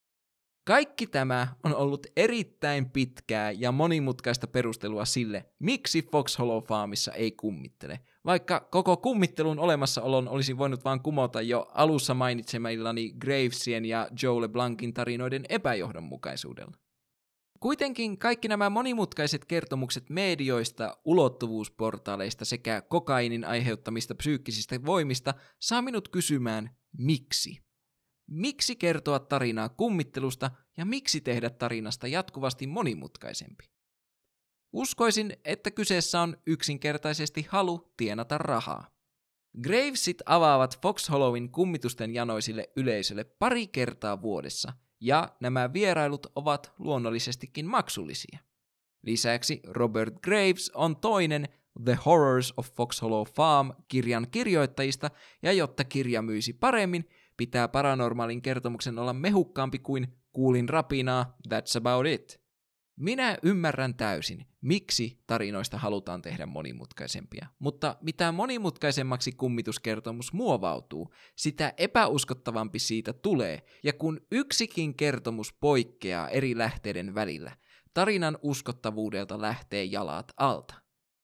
Kaikki tämä on ollut erittäin pitkää ja monimutkaista perustelua sille, miksi Fox Hollow Farmissa ei kummittele, vaikka koko kummittelun olemassaolon olisi voinut vain kumota jo alussa mainitsemillani Gravesien ja Joe LeBlancin tarinoiden epäjohdonmukaisuudella. Kuitenkin kaikki nämä monimutkaiset kertomukset medioista, ulottuvuusportaaleista sekä kokainin aiheuttamista psyykkisistä voimista saa minut kysymään, miksi? Miksi kertoa tarinaa kummittelusta ja miksi tehdä tarinasta jatkuvasti monimutkaisempi? Uskoisin, että kyseessä on yksinkertaisesti halu tienata rahaa. Gravesit avaavat Fox Hollowin kummitusten janoisille yleisölle pari kertaa vuodessa, ja nämä vierailut ovat luonnollisestikin maksullisia. Lisäksi Robert Graves on toinen The Horrors of Fox Hollow Farm -kirjan kirjoittajista, ja jotta kirja myisi paremmin, pitää paranormaalin kertomuksen olla mehukkaampi kuin kuulin rapinaa, that's about it. Minä ymmärrän täysin, miksi tarinoista halutaan tehdä monimutkaisempia, mutta mitä monimutkaisemmaksi kummituskertomus muovautuu, sitä epäuskottavampi siitä tulee, ja kun yksikin kertomus poikkeaa eri lähteiden välillä, tarinan uskottavuudelta lähtee jalat alta.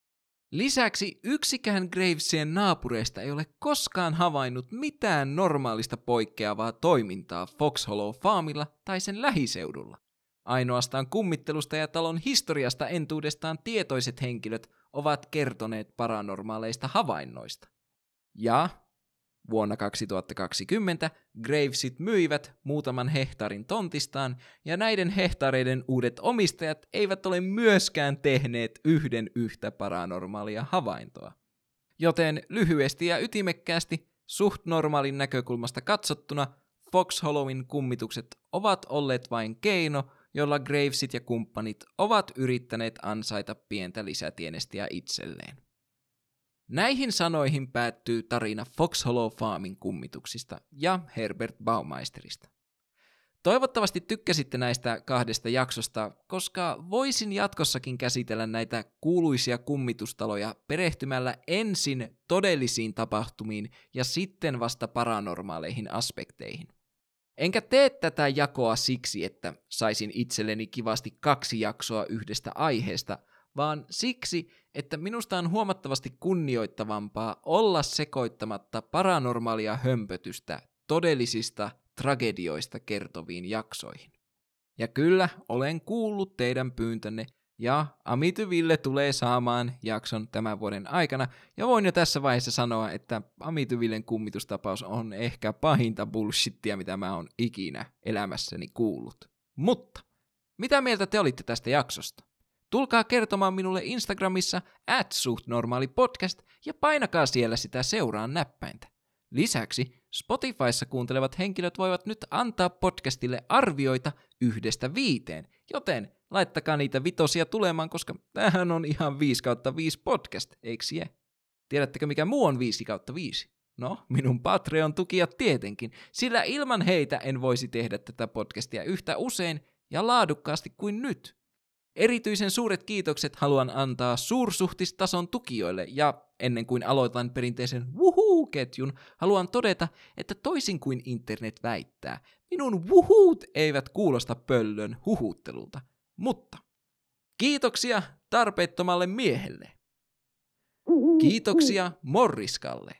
Lisäksi yksikään Gravesien naapureista ei ole koskaan havainnut mitään normaalista poikkeavaa toimintaa Foxhollow Farmilla tai sen lähiseudulla. Ainoastaan kummittelusta ja talon historiasta entuudestaan tietoiset henkilöt ovat kertoneet paranormaaleista havainnoista. Ja vuonna kaksituhattakaksikymmentä Gravesit myivät muutaman hehtaarin tontistaan, ja näiden hehtaareiden uudet omistajat eivät ole myöskään tehneet yhden yhtä paranormaalia havaintoa. Joten lyhyesti ja ytimekkäästi, suht normaalin näkökulmasta katsottuna, Foxhollowin kummitukset ovat olleet vain keino, jolla Gravesit ja kumppanit ovat yrittäneet ansaita pientä lisätienestiä itselleen. Näihin sanoihin päättyy tarina Foxhollow Farmin kummituksista ja Herbert Baumeisterista. Toivottavasti tykkäsitte näistä kahdesta jaksosta, koska voisin jatkossakin käsitellä näitä kuuluisia kummitustaloja perehtymällä ensin todellisiin tapahtumiin ja sitten vasta paranormaaleihin aspekteihin. Enkä tee tätä jakoa siksi, että saisin itselleni kivasti kaksi jaksoa yhdestä aiheesta, vaan siksi, että minusta on huomattavasti kunnioittavampaa olla sekoittamatta paranormaalia hömpötystä todellisista tragedioista kertoviin jaksoihin. Ja kyllä, olen kuullut teidän pyyntönne, ja Amity Ville tulee saamaan jakson tämän vuoden aikana, ja voin jo tässä vaiheessa sanoa, että Amity Villen kummitustapaus on ehkä pahinta bullshittia, mitä mä oon ikinä elämässäni kuullut. Mutta, mitä mieltä te olitte tästä jaksosta? Tulkaa kertomaan minulle Instagramissa at suhtnormaalipodcast ja painakaa siellä sitä seuraan näppäintä. Lisäksi Spotifyssa kuuntelevat henkilöt voivat nyt antaa podcastille arvioita yhdestä viiteen, joten laittakaa niitä vitosia tulemaan, koska tämähän on ihan viisi kautta viisi podcast, eiks je? Tiedättekö mikä muu on viisi kautta viisi? No, minun Patreon-tukijat tietenkin, sillä ilman heitä en voisi tehdä tätä podcastia yhtä usein ja laadukkaasti kuin nyt. Erityisen suuret kiitokset haluan antaa suursuhtistason tukijoille, ja ennen kuin aloitan perinteisen wuhuu-ketjun, haluan todeta, että toisin kuin internet väittää, minun wuhuut eivät kuulosta pöllön huhuttelulta. Mutta kiitoksia tarpeettomalle miehelle. Kiitoksia Morriskalle.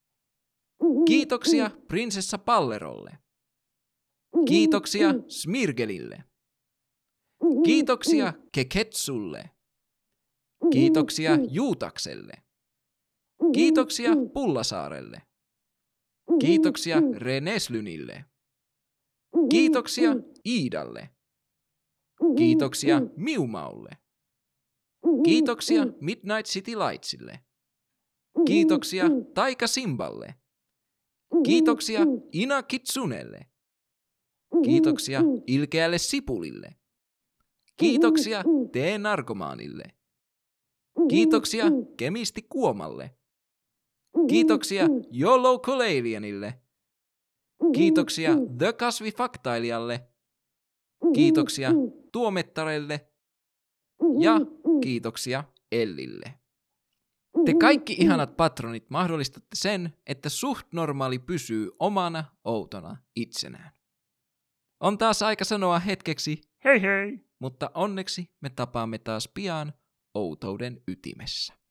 Kiitoksia prinsessa Pallerolle. Kiitoksia Smirgelille. Kiitoksia Keketsulle. Kiitoksia Juutakselle. Kiitoksia Pullasaarelle. Kiitoksia Reneslynille. Kiitoksia Iidalle. Kiitoksia Miumaulle. Kiitoksia Midnight City Lightsille. Kiitoksia Taika Simballe. Kiitoksia Ina Kitsunelle. Kiitoksia Ilkeälle Sipulille. Kiitoksia T-narkomaanille. Kiitoksia Kemisti Kuomalle. Kiitoksia YOLO Colalianille. Kiitoksia The Kasvifaktailijalle. Kiitoksia Tuomettarelle. Ja kiitoksia Ellille. Te kaikki ihanat patronit mahdollistatte sen, että suht normaali pysyy omana, outona itsenään. On taas aika sanoa hetkeksi Hei hei! mutta onneksi me tapaamme taas pian outouden ytimessä.